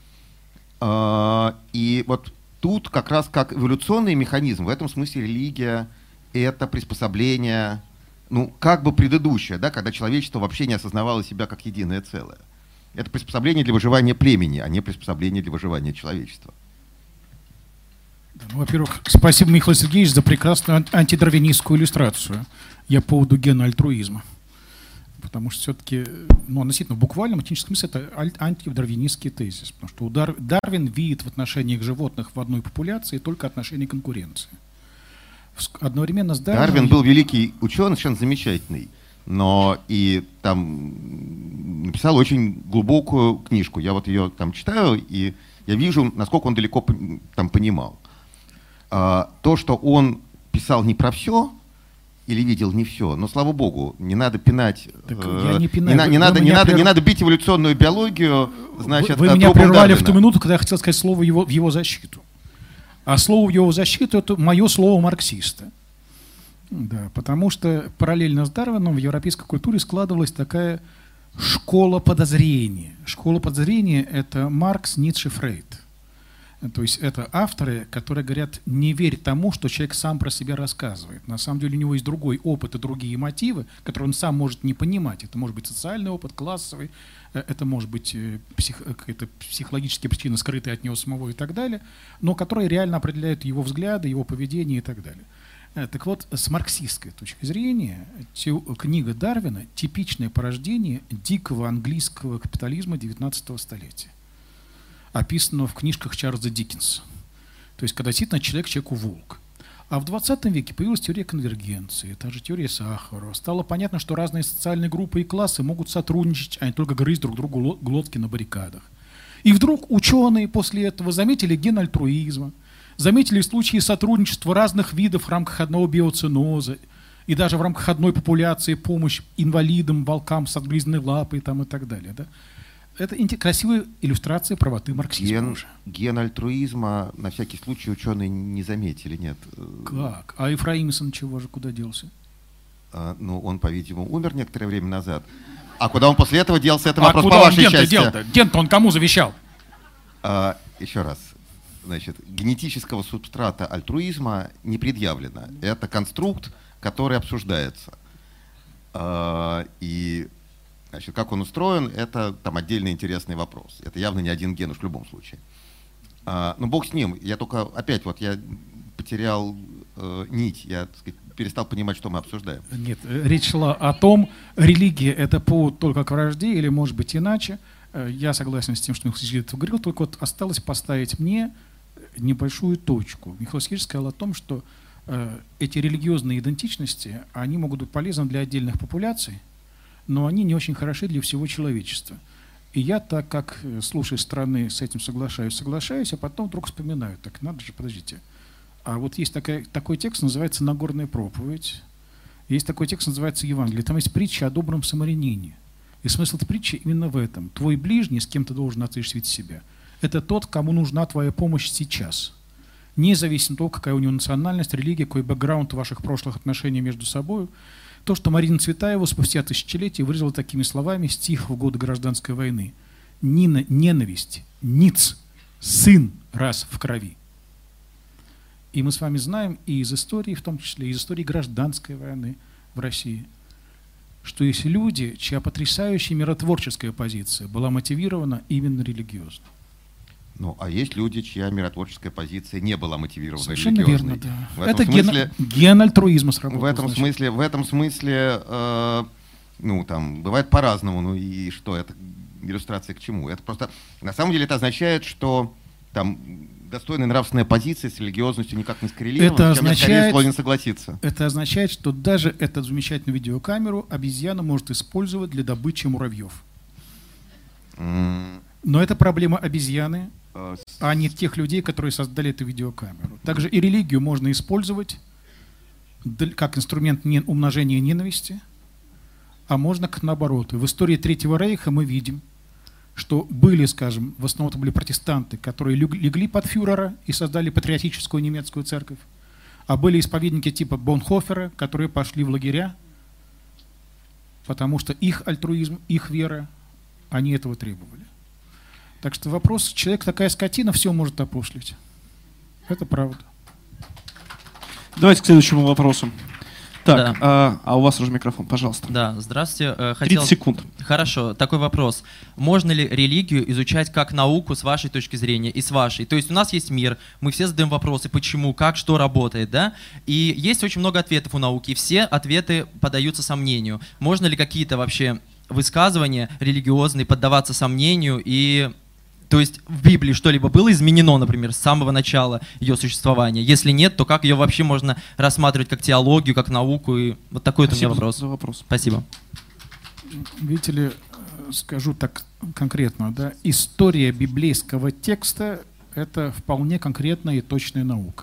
И вот тут как раз как эволюционный механизм, в этом смысле религия — это приспособление, ну, как бы предыдущее, да, когда человечество вообще не осознавало себя как единое целое. Это приспособление для выживания племени, а не приспособление для выживания человечества. Ну, во-первых, спасибо, Михаил Сергеевич, за прекрасную антидарвинистскую иллюстрацию. Я по поводу гена альтруизма. Потому что все-таки, ну, относительно в буквальном техническом смысле, это антидарвинистский тезис. Потому что у Дар, Дарвин видит в отношении к животных в одной популяции только отношение конкуренции. Одновременно с Дарвином... Дарвин был великий ученый, совершенно замечательный, но и там написал очень глубокую книжку. Я вот ее там читаю, и я вижу, насколько он далеко там понимал. А, то, что он писал не про все, или видел не все, но, слава богу, не надо пинать, э, не, пинаю, не, вы, не, вы надо, не, надо, прер... не надо бить эволюционную биологию, значит, Вы, вы меня прервали Дарвина. в ту минуту, когда я хотел сказать слово его, в его защиту. А слово в его защиту — это мое слово марксиста. Да, потому что параллельно с Дарвином в европейской культуре складывалась такая школа подозрения. Школа подозрения — это Маркс, Ницше, Фрейд. То есть это авторы, которые говорят: не верь тому, что человек сам про себя рассказывает. На самом деле у него есть другой опыт и другие мотивы, которые он сам может не понимать. Это может быть социальный опыт, классовый, это может быть псих, какая-то психологическая причина, скрытая от него самого и так далее, но которые реально определяют его взгляды, его поведение и так далее. Так вот, с марксистской точки зрения, книга Дарвина — типичное порождение дикого английского капитализма девятнадцатого столетия, описанного в книжках Чарльза Диккенса. То есть, когда действительно человек человеку волк. А в двадцатом веке появилась теория конвергенции, та же теория Сахарова. Стало понятно, что разные социальные группы и классы могут сотрудничать, а не только грызть друг другу глотки на баррикадах. И вдруг ученые после этого заметили ген альтруизма, Заметили случаи сотрудничества разных видов в рамках одного биоценоза и даже в рамках одной популяции помощь инвалидам, волкам с отгрызенной лапой там, и так далее. Да? Это красивая иллюстрация правоты марксизма. Ген, уже. ген альтруизма на всякий случай ученые не заметили, нет. Как? А Ефраимсон чего же, куда делся? А, ну, он, по-видимому, умер некоторое время назад. А куда он после этого делся, это вопрос а по вашей ген-то части. Дел-то? Ген-то он кому завещал? А, еще раз. Значит, генетического субстрата альтруизма не предъявлено. Это конструкт, который обсуждается. А, и значит, как он устроен, это там отдельный интересный вопрос. Это явно не один ген уж в любом случае. А, но бог с ним. Я только опять вот я потерял э, нить. Я, так сказать, перестал понимать, что мы обсуждаем. Нет, речь шла о том, религия — это повод только к вражде или, может быть, иначе. Я согласен с тем, что Михаил Сергеевич говорил, только вот осталось поставить мне небольшую точку. Михаил Сергеевич сказал о том, что э, эти религиозные идентичности, они могут быть полезны для отдельных популяций, но они не очень хороши для всего человечества. И я, так как, слушая стороны, с этим соглашаюсь, соглашаюсь, а потом вдруг вспоминаю, так надо же, подождите. А вот есть такая, такой текст, называется «Нагорная проповедь». Есть такой текст, называется «Евангелие». Там есть притча о добром самарянине. И смысл этой притчи именно в этом. Твой ближний, с кем ты должен отождествить себя, это тот, кому нужна твоя помощь сейчас. Независимо от того, какая у него национальность, религия, какой бэкграунд ваших прошлых отношений между собой. То, что Марина Цветаева спустя тысячелетия выразила такими словами стих в годы гражданской войны. «Нина, ненависть, ниц, сын раз в крови». И мы с вами знаем и из истории, в том числе из истории гражданской войны в России, что есть люди, чья потрясающая миротворческая позиция была мотивирована именно религиозно. Ну, а есть люди, чья миротворческая позиция не была мотивирована Совершенно религиозной. верно, да. В этом Это смысле, ген, ген альтруизма сработал. В этом значит. смысле, в этом смысле э, ну, там, бывает по-разному. Ну и что, это иллюстрация к чему? Это просто, на самом деле, это означает, что там достойная нравственная позиция с религиозностью никак не скоррелирована, это с чем я скорее склонен согласиться. Это означает, что даже эту замечательную видеокамеру обезьяна может использовать для добычи муравьев. Mm. Но это проблема обезьяны, uh, а не тех людей, которые создали эту видеокамеру. Также и религию можно использовать как инструмент умножения ненависти, а можно как наоборот. И в истории Третьего Рейха мы видим, что были, скажем, в основном это были протестанты, которые легли под фюрера и создали патриотическую немецкую церковь, а были исповедники типа Бонхофера, которые пошли в лагеря, потому что их альтруизм, их вера, они этого требовали. Так что вопрос, человек такая скотина, все может опошлить. Это правда. Давайте к следующему вопросу. Так, Да. а, а у вас уже микрофон, пожалуйста. Да, здравствуйте. Э, Хотел... тридцать секунд. Хорошо, такой вопрос. Можно ли религию изучать как науку с вашей точки зрения и с вашей? То есть у нас есть мир, мы все задаем вопросы, почему, как, что работает, да? И есть очень много ответов у науки, и все ответы поддаются сомнению. Можно ли какие-то вообще высказывания религиозные поддаваться сомнению и... То есть в Библии что-либо было изменено, например, с самого начала ее существования? Если нет, то как ее вообще можно рассматривать как теологию, как науку? И вот такой вот у меня вопрос. За вопрос. Спасибо. Видите ли, скажу так конкретно, да, история библейского текста – это вполне конкретная и точная наука.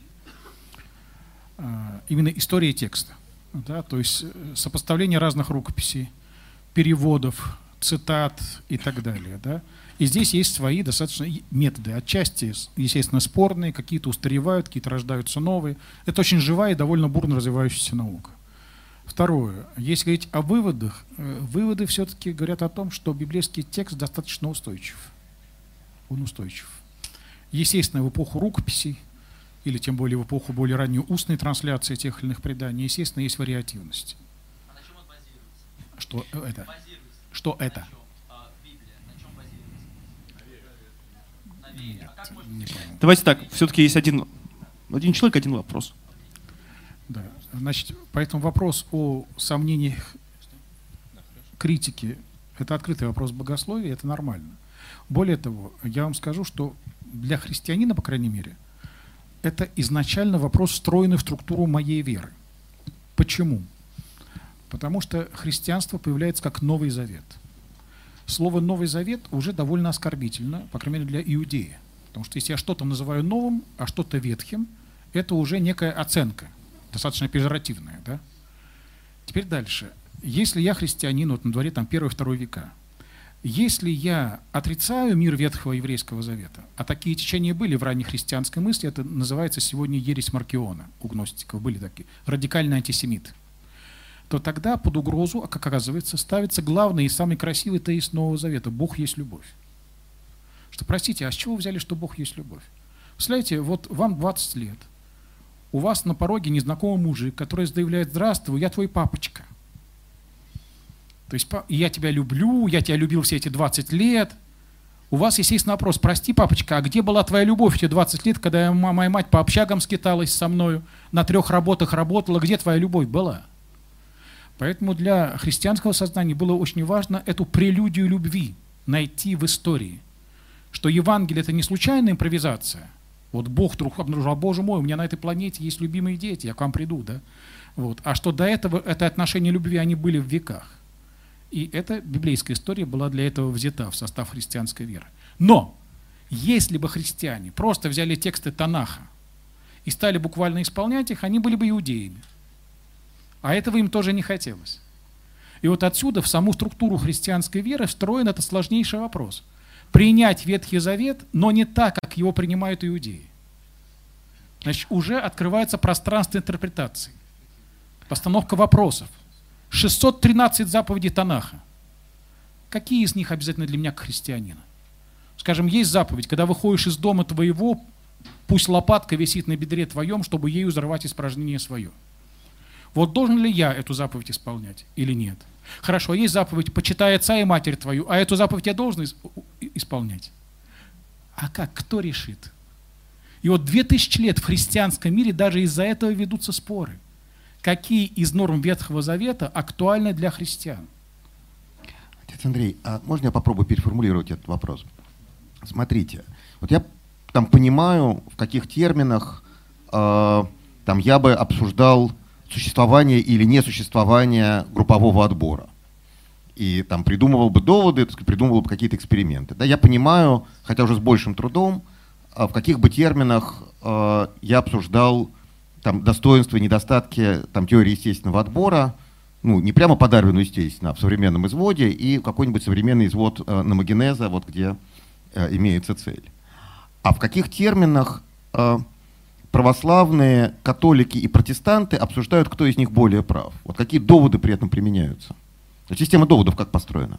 Именно история текста, да, то есть сопоставление разных рукописей, переводов, цитат и так далее, да. И здесь есть свои достаточно методы. Отчасти, естественно, спорные, какие-то устаревают, какие-то рождаются новые. Это очень живая и довольно бурно развивающаяся наука. Второе. Если говорить о выводах, выводы все-таки говорят о том, что библейский текст достаточно устойчив. Он устойчив. Естественно, в эпоху рукописей, или тем более в эпоху более ранней устной трансляции тех или иных преданий, естественно, есть вариативность. А на чем он базируется? Что это? Базируется. Что это? На чем? А, Библия. На чем базируется? На вере. А как можно... Не понял. Давайте так, все-таки есть один, один человек, один вопрос. Да. Значит, поэтому вопрос о сомнениях критики – это открытый вопрос богословия, это нормально. Более того, я вам скажу, что для христианина, по крайней мере, это изначально вопрос, встроенный в структуру моей веры. Почему? Потому что христианство появляется как Новый Завет. Слово «Новый Завет» уже довольно оскорбительно, по крайней мере, для иудея. Потому что если я что-то называю новым, а что-то ветхим, это уже некая оценка, достаточно пежоративная. Да? Теперь дальше. Если я христианин, вот на дворе там первый-второй века, если я отрицаю мир Ветхого Еврейского Завета, а такие течения были в ранней христианской мысли, это называется сегодня ересь Маркиона, у гностиков были такие, радикальный антисемит, то тогда под угрозу, как оказывается, ставится главный и самый красивый тезис Нового Завета – Бог есть любовь. Что, простите, а с чего вы взяли, что Бог есть любовь? Представляете, вот вам двадцать лет, у вас на пороге незнакомый мужик, который заявляет: «Здравствуй, я твой папочка». То есть я тебя люблю, я тебя любил все эти двадцать лет. У вас, естественно, вопрос: прости, папочка, а где была твоя любовь эти двадцать лет, когда моя мать по общагам скиталась со мною, на трех работах работала, где твоя любовь была? Поэтому для христианского сознания было очень важно эту прелюдию любви найти в истории. Что Евангелие – это не случайная импровизация. Вот Бог вдруг обнаружил: «А, Боже мой, у меня на этой планете есть любимые дети, я к вам приду». Да? Вот. А что до этого это отношения любви, они были в веках. И эта библейская история была для этого взята в состав христианской веры. Но если бы христиане просто взяли тексты Танаха и стали буквально исполнять их, они были бы иудеями. А этого им тоже не хотелось. И вот отсюда в саму структуру христианской веры встроен этот сложнейший вопрос. Принять Ветхий Завет, но не так, как его принимают иудеи. Значит, уже открывается пространство интерпретации, постановка вопросов. шестьсот тринадцать заповедей Танаха. Какие из них обязательно для меня как христианина? Скажем, есть заповедь: когда выходишь из дома твоего, пусть лопатка висит на бедре твоем, чтобы ею взорвать испражнение свое. Вот должен ли я эту заповедь исполнять или нет? Хорошо, есть заповедь: почитай отца и матерь твою, а эту заповедь я должен исполнять? А как? Кто решит? И вот две тысячи лет в христианском мире даже из-за этого ведутся споры. Какие из норм Ветхого Завета актуальны для христиан? Отец Андрей, а можно я попробую переформулировать этот вопрос? Смотрите, вот я там понимаю, в каких терминах э, там я бы обсуждал существование или несуществование группового отбора. И там придумывал бы доводы, так сказать, придумывал бы какие-то эксперименты. Да, я понимаю, хотя уже с большим трудом, в каких бы терминах э, я обсуждал там достоинства и недостатки там, теории естественного отбора, ну, не прямо по Дарвину, естественно, а в современном изводе, и какой-нибудь современный извод э, номогенеза, вот где э, имеется цель. А в каких терминах э, православные, католики и протестанты обсуждают, кто из них более прав? Вот какие доводы при этом применяются? Система доводов как построена?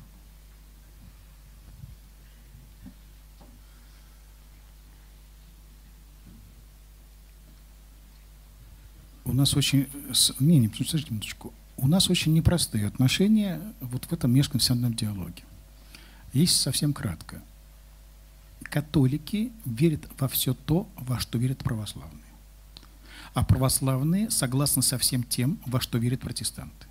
У нас очень... Не, не, подождите минуточку. У нас очень непростые отношения вот в этом межконфессиональном диалоге. Если совсем кратко. Католики верят во все то, во что верят православные. А православные согласны со всем тем, во что верят протестанты.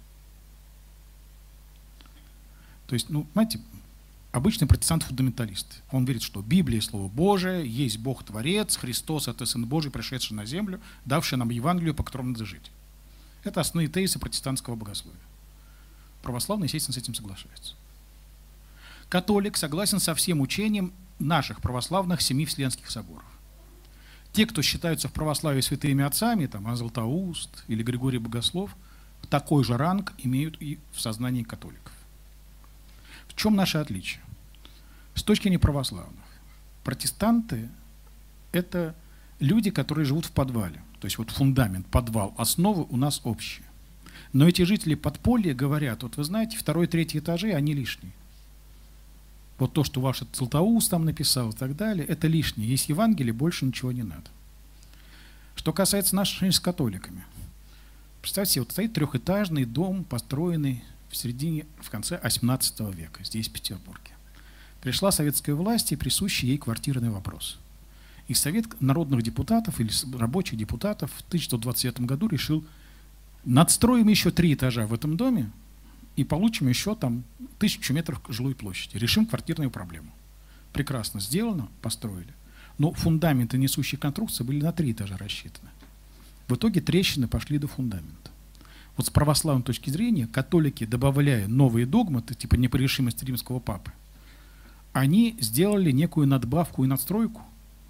То есть, ну, знаете, обычный протестант-фундаменталист. Он верит, что Библия – слово Божие, есть Бог-творец, Христос – это Сын Божий, пришедший на землю, давший нам Евангелие, по которому надо жить. Это основные тезисы протестантского богословия. Православный, естественно, с этим соглашается. Католик согласен со всем учением наших православных семи Вселенских соборов. Те, кто считаются в православии святыми отцами, там, Иоанн Златоуст или Григорий Богослов, такой же ранг имеют и в сознании католиков. В чем наше отличие? С точки зрения православных. Протестанты – это люди, которые живут в подвале. То есть вот фундамент, подвал, основы у нас общие. Но эти жители подполья говорят: вот вы знаете, второй, третий этажи, они лишние. Вот то, что ваш Златоуст там написал и так далее, это лишнее. Есть Евангелие, больше ничего не надо. Что касается наших отношений с католиками. Представьте, вот стоит трехэтажный дом, построенный в середине, в конце восемнадцатого века, здесь, в Петербурге. Пришла советская власть и присущий ей квартирный вопрос. И Совет народных депутатов или рабочих депутатов в тысяча девятьсот двадцать девятом году решил: надстроим еще три этажа в этом доме и получим еще там тысячу метров жилой площади. Решим квартирную проблему. Прекрасно сделано, построили. Но фундаменты несущие конструкции были на три этажа рассчитаны. В итоге трещины пошли до фундамента. Вот с православной точки зрения католики, добавляя новые догматы, типа непогрешимости римского папы, они сделали некую надбавку и надстройку,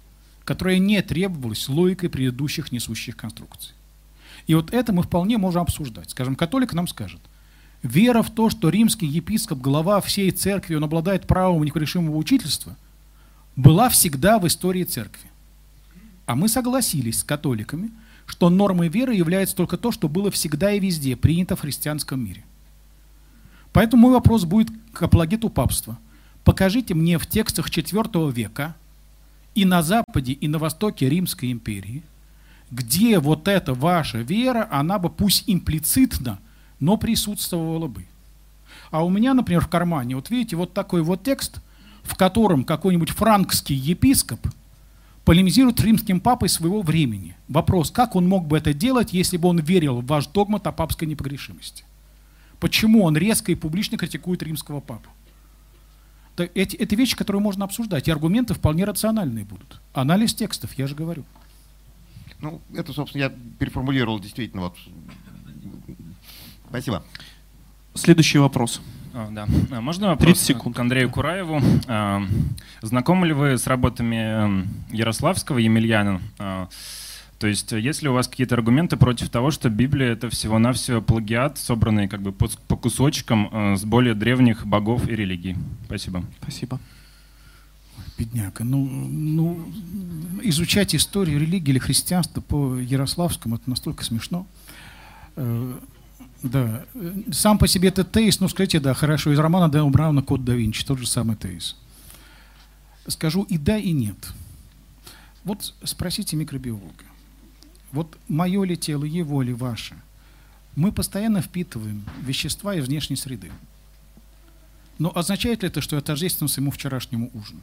которая не требовалась логикой предыдущих несущих конструкций. И вот это мы вполне можем обсуждать. Скажем, католик нам скажет, вера в то, что римский епископ, глава всей церкви, он обладает правом непогрешимого учительства, была всегда в истории церкви. А мы согласились с католиками, что нормой веры является только то, что было всегда и везде принято в христианском мире. Поэтому мой вопрос будет к апологету папства. Покажите мне в текстах четвёртого века и на Западе, и на Востоке Римской империи, где вот эта ваша вера, она бы пусть имплицитно, но присутствовала бы. А у меня, например, в кармане, вот видите, вот такой вот текст, в котором какой-нибудь франкский епископ полемизирует с римским папой своего времени. Вопрос, как он мог бы это делать, если бы он верил в ваш догмат о папской непогрешимости? Почему он резко и публично критикует римского папу? Это, эти, это вещи, которые можно обсуждать, и аргументы вполне рациональные будут. Анализ текстов, я же говорю. Ну, это, собственно, я переформулировал действительно. Вот. Спасибо. Следующий вопрос. А, да. Можно вопрос тридцать секунд. К Андрею Кураеву? А, знакомы ли вы с работами Ярославского, Емельяна? А, то есть, есть ли у вас какие-то аргументы против того, что Библия — это всего-навсего плагиат, собранный как бы по, по кусочкам а, с более древних богов и религий? Спасибо. Спасибо. Бедняка, ну, ну, изучать историю религии или христианства по Ярославскому — это настолько смешно. Э, да, сам по себе это тезис, ну, скажите, да, хорошо, из романа Дэна Брауна «Код да Винчи», тот же самый тезис. Скажу и да, и нет. Вот спросите микробиолога. Вот мое ли тело, его ли ваше? Мы постоянно впитываем вещества из внешней среды. Но означает ли это, что я тождествен своему вчерашнему ужину?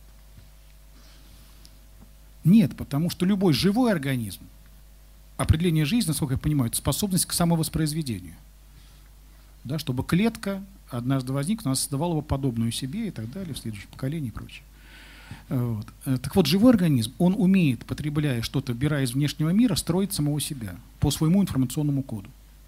Нет, потому что любой живой организм, определение жизни, насколько я понимаю, это способность к самовоспроизведению. Да, чтобы клетка однажды возникла, она создавала бы подобную себе и так далее, в следующем поколении и прочее. Вот. Так вот, живой организм, он умеет, потребляя что-то, вбирая из внешнего мира, строить самого себя по своему информационному коду.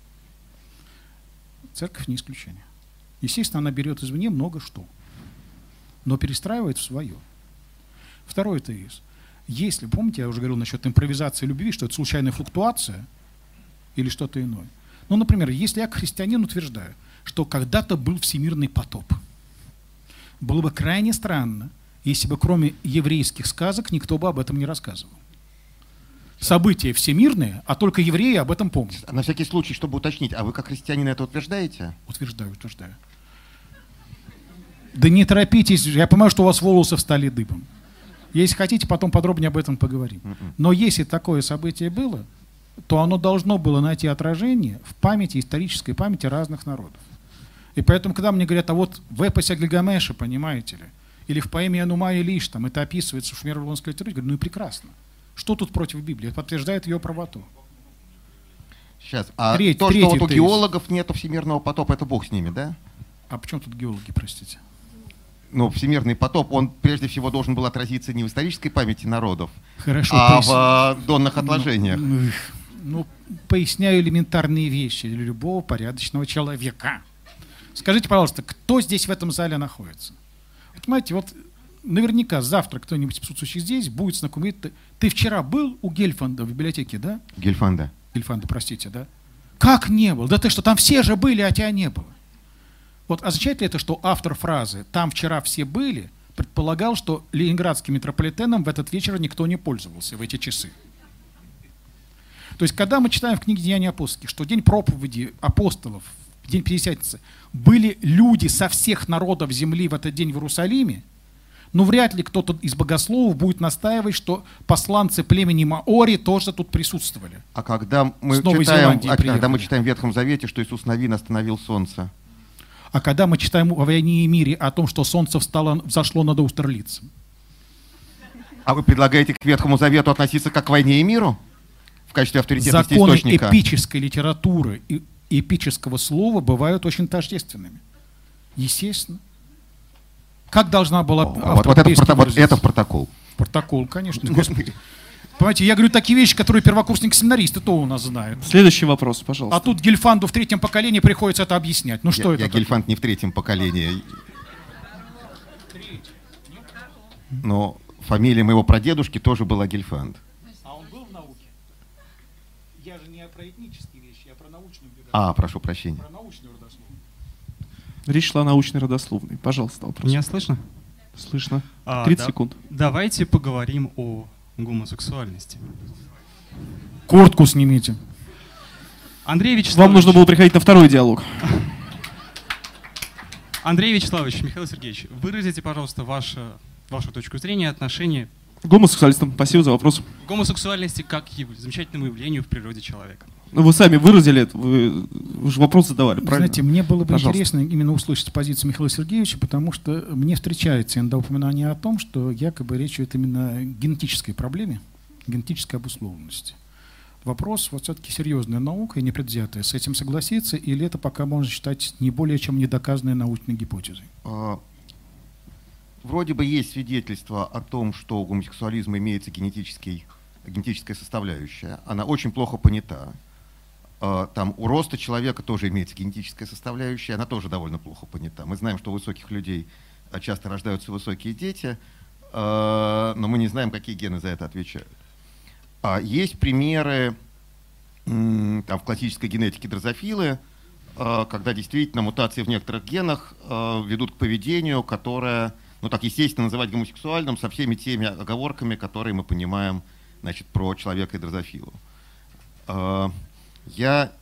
Церковь не исключение. Естественно, она берет извне много что, но перестраивает в свое. Второй тезис. Если, помните, я уже говорил насчет импровизации любви, что это случайная флуктуация или что-то иное. Ну, например, если я, христианин, утверждаю, что когда-то был всемирный потоп, было бы крайне странно, если бы кроме еврейских сказок никто бы об этом не рассказывал. События всемирные, а только евреи об этом помнят. На всякий случай, чтобы уточнить, а вы как христианин это утверждаете? Утверждаю, утверждаю. Да не торопитесь, я понимаю, что у вас волосы встали дыбом. Если хотите, потом подробнее об этом поговорим. Но если такое событие было, то оно должно было найти отражение в памяти, исторической памяти разных народов. И поэтому, когда мне говорят, а вот в эпосе Гильгамеша, понимаете ли, или в поэме Анума и Лиш, там это описывается в шумеро-вавилонской литературе, говорю, ну и прекрасно. Что тут против Библии? Это подтверждает ее правоту. Сейчас. А Треть, то, что вот у тезис. геологов нету всемирного потопа, это бог с ними, да? А почему тут геологи, простите? Ну, всемирный потоп, он прежде всего должен был отразиться не в исторической памяти народов, Хорошо, а пояс- в э, донных отложениях. Ну, ну, поясняю элементарные вещи для любого порядочного человека. Скажите, пожалуйста, кто здесь в этом зале находится? Вот, понимаете, вот наверняка завтра кто-нибудь присутствующий здесь будет знакомить. Ты, ты вчера был у Гельфанда в библиотеке, да? Гельфанда. Гельфанда, простите, да? Как не был? Да ты что, там все же были, а тебя не было. Вот означает ли это, что автор фразы «там вчера все были» предполагал, что ленинградским метрополитеном в этот вечер никто не пользовался в эти часы? То есть, когда мы читаем в книге «Деяния апостольских», что день проповеди апостолов, день Пятидесятницы, были люди со всех народов земли в этот день в Иерусалиме, ну, вряд ли кто-то из богословов будет настаивать, что посланцы племени Маори тоже тут присутствовали. А когда мы, С Новой читаем, Зеландии а когда приехали. мы читаем в Ветхом Завете, что Иисус Навин остановил солнце, А когда мы читаем о войне и мире, о том, что солнце встало, взошло над Аустерлицем. а вы предлагаете к Ветхому Завету относиться как к войне и миру? В качестве авторитетности Законы источника? эпической литературы и эпического слова бывают очень тождественными. Естественно. Как должна была... Вот, вот, это, в прото- вот это в протокол. Протокол, конечно. Господи. Понимаете, я говорю такие вещи, которые первокурсники-семинаристы то у нас знают. Следующий вопрос, пожалуйста. А тут Гельфанду в третьем поколении приходится это объяснять. Ну Я, что это я такое? Гельфанд не в третьем поколении. Но фамилия моего прадедушки тоже была Гельфанд. А он был в науке? Я же не про этнические вещи, я про научную биографию. А, прошу прощения. Про научную родословную. Речь шла о научной родословной. Пожалуйста, вопрос. Меня слышно? Слышно. А, тридцать да. секунд. Давайте поговорим о гомосексуальности. Куртку снимите. Андрей Вячеславович. Вам нужно было приходить на второй диалог. Андрей Вячеславович, Михаил Сергеевич, выразите, пожалуйста, ваше, вашу точку зрения, отношение Гомосексуалистам. Спасибо за вопрос. к гомосексуальности как к замечательному явлению в природе человека. Ну, вы сами выразили это, вы, вы же вопрос задавали, Вы правильно? знаете, мне было бы Пожалуйста. интересно именно услышать позицию Михаила Сергеевича, потому что мне встречается иногда упоминание о том, что якобы речь идет именно о генетической проблеме, генетической обусловленности. Вопрос, вот все-таки серьезная наука и непредвзятая. С этим согласиться или это пока можно считать не более чем недоказанной научной гипотезой? А, Вроде бы есть свидетельство о том, что у гомосексуализма имеется генетический, генетическая составляющая. Она очень плохо понята. А, Там у роста человека тоже имеется генетическая составляющая, она тоже довольно плохо понята. Мы знаем, что у высоких людей а, часто рождаются высокие дети, а, но мы не знаем, какие гены за это отвечают. А есть примеры м, там, в классической генетике дрозофилы, а, когда действительно мутации в некоторых генах а, ведут к поведению, которое, ну так естественно называть гомосексуальным, со всеми теми оговорками, которые мы понимаем, значит, про человека и дрозофилу. А, Я,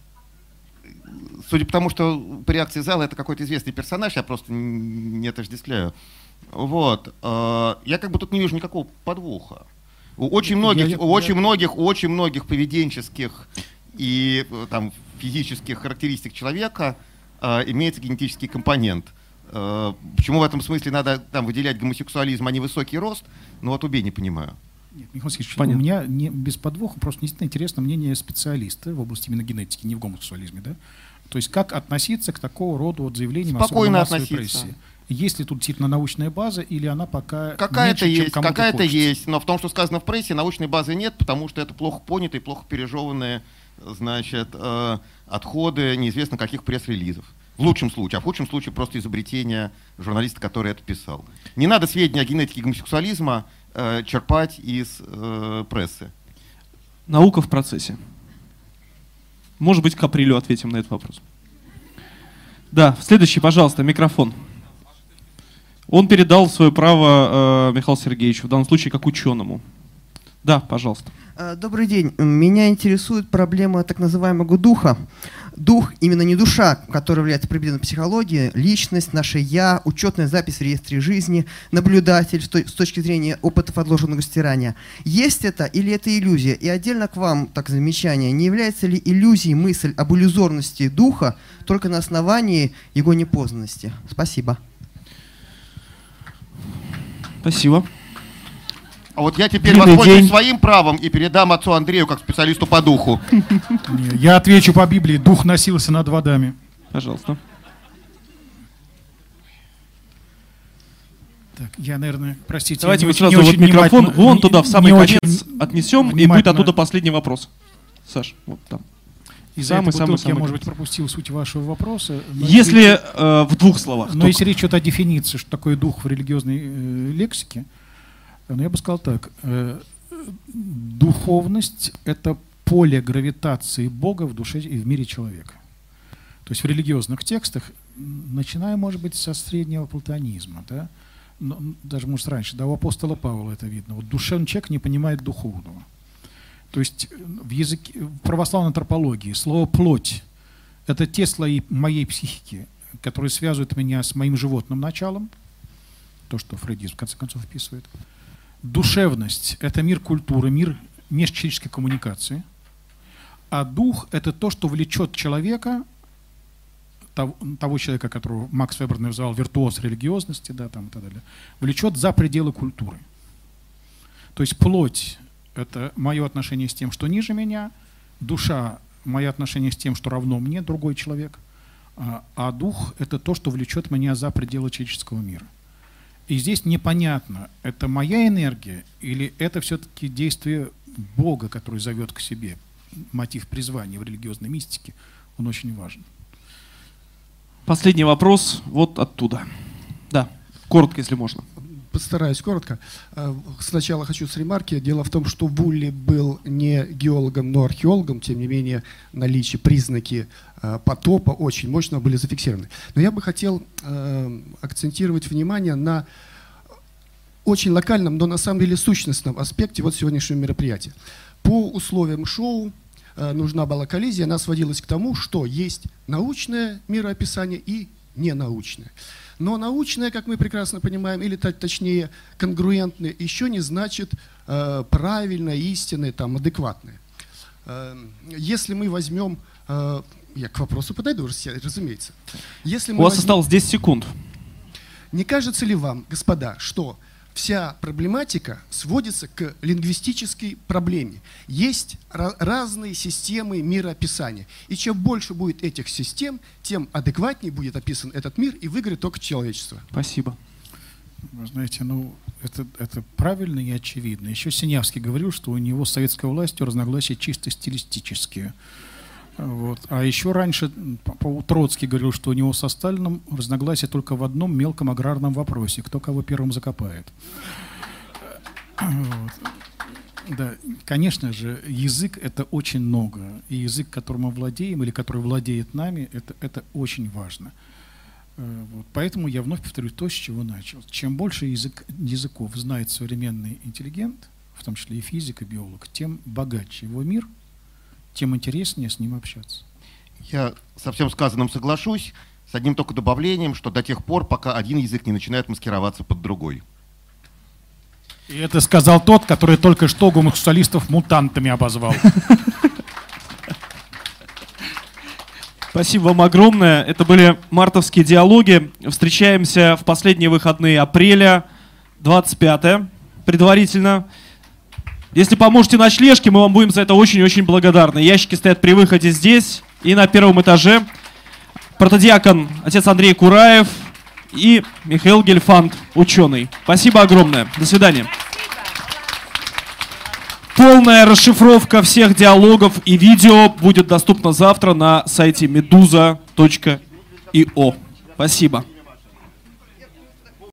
судя по тому, что по реакции зала это какой-то известный персонаж, я просто не отождествляю. Вот. а, Я как бы тут не вижу никакого подвоха. У очень многих, Я- я- у очень многих, у очень многих поведенческих и э, там, физических характеристик человека э, имеется генетический компонент. Э, почему в этом смысле надо там, выделять гомосексуализм, а не высокий рост? Ну вот убей, не понимаю. Нет, Михаил Сергеевич, Понятно. у меня не, без подвоха просто действительно интересно мнение специалиста в области именно генетики, не в гомосексуализме. Да? То есть как относиться к такого рода вот заявлениям Спокойно особенно массовой относиться. прессе? Есть ли тут действительно научная база или она пока Какая-то меньше, чем есть, кому-то какая-то хочется? есть, но в том, что сказано в прессе, научной базы нет, потому что это плохо понятые, плохо пережеванные, значит, э, отходы неизвестно каких пресс-релизов. В лучшем случае, а в худшем случае просто изобретение журналиста, который это писал. Не надо сведения о генетике гомосексуализма э, черпать из э, прессы. Наука в процессе. Может быть, к апрелю ответим на этот вопрос. Да, следующий, пожалуйста, микрофон. Он передал свое право э, Михаилу Сергеевичу, в данном случае как ученому. Да, пожалуйста. Э, Добрый день. Меня интересует проблема так называемого духа. Дух, именно не душа, которая является предметом психологии, личность, наше «я», учетная запись в реестре жизни, наблюдатель с той- с точки зрения опытов отложенного стирания. Есть это или это иллюзия? И отдельно к вам, так замечание, не является ли иллюзией мысль об иллюзорности духа только на основании его непознанности? Спасибо. Спасибо. А вот я теперь Длинный воспользуюсь день. своим правом и передам отцу Андрею как специалисту по духу. Не, я отвечу по Библии. Дух носился над водами. Пожалуйста. Так, я, наверное, простите. Давайте я мы не сразу очень- вот не очень микрофон внимательно- вон не- туда, в не самый очень конец отнесем, и будет внимательно. оттуда последний вопрос. Саш, вот там. Из-за Самый, этой самый, бутылки я, самый может быть, конец. пропустил суть вашего вопроса. но Если э, в двух словах. Но только. если речь идет о дефиниции, что такое дух в религиозной э, лексике, ну, я бы сказал так. э, духовность — это поле гравитации Бога в душе и в мире человека. То есть в религиозных текстах, м, начиная, может быть, со среднего платонизма, да, но, м, даже, может, раньше, да, у апостола Павла это видно. Вот душевный человек не понимает духовного. То есть э, в языке, в православной антропологии слово «плоть» — это те слои моей психики, которые связывают меня с моим животным началом, то, что фрейдизм в конце концов описывает. Душевность — это мир культуры, мир межчеловеческой коммуникации. А дух — это то, что влечет человека, того, того человека, которого Макс Вебер называл виртуоз религиозности, да, там, и так далее, влечет за пределы культуры. То есть плоть — это мое отношение с тем, что ниже меня, душа — мое отношение с тем, что равно мне, другой человек, а, а дух — это то, что влечет меня за пределы человеческого мира. И здесь непонятно, это моя энергия или это все-таки действие Бога, который зовет к себе. Мотив призвания в религиозной мистике, он очень важен. Последний вопрос вот оттуда. Да, коротко, если можно. постараюсь коротко. Сначала хочу с ремарки. Дело в том, что Вулли был не геологом, но археологом. Тем не менее, наличие, признаки потопа очень мощно были зафиксированы. Но я бы хотел акцентировать внимание на очень локальном, но на самом деле сущностном аспекте вот сегодняшнего мероприятия. По условиям шоу нужна была коллизия. Она сводилась к тому, что есть научное мироописание и ненаучное. Но научное, как мы прекрасно понимаем, или точнее конгруентное, еще не значит э, правильное, истинное, там, адекватное. Э, если мы возьмем... Э, я к вопросу подойду, разумеется. Если мы У вас возьмем, осталось десять секунд. Не кажется ли вам, господа, что вся проблематика сводится к лингвистической проблеме? Есть разные системы мироописания. И чем больше будет этих систем, тем адекватнее будет описан этот мир и выиграет только человечество. Спасибо. Вы знаете, ну, это, это правильно и очевидно. Еще Синявский говорил, что у него с советской властью разногласия чисто стилистические. Вот. А еще раньше Троцкий говорил, что у него со Сталиным разногласия только в одном мелком аграрном вопросе: кто кого первым закопает. Вот. Да, конечно же, язык — это очень много. И язык, которым мы владеем, или который владеет нами, это, это очень важно. Вот. Поэтому я вновь повторю то, с чего начал. Чем больше язык, языков знает современный интеллигент, в том числе и физик, и биолог, тем богаче его мир, тем интереснее с ним общаться. Я со всем сказанным соглашусь, с одним только добавлением, что до тех пор, пока один язык не начинает маскироваться под другой. И это сказал тот, который только что гомосексуалистов мутантами обозвал. Спасибо вам огромное. Это были мартовские диалоги. Встречаемся в последние выходные апреля, двадцать пятое предварительно. Если поможете ночлежке, мы вам будем за это очень-очень благодарны. Ящики стоят при выходе здесь и на первом этаже. Протодиакон отец Андрей Кураев и Михаил Гельфанд, ученый. Спасибо огромное. До свидания. Полная расшифровка всех диалогов и видео будет доступна завтра на сайте медуза точка ай о. Спасибо.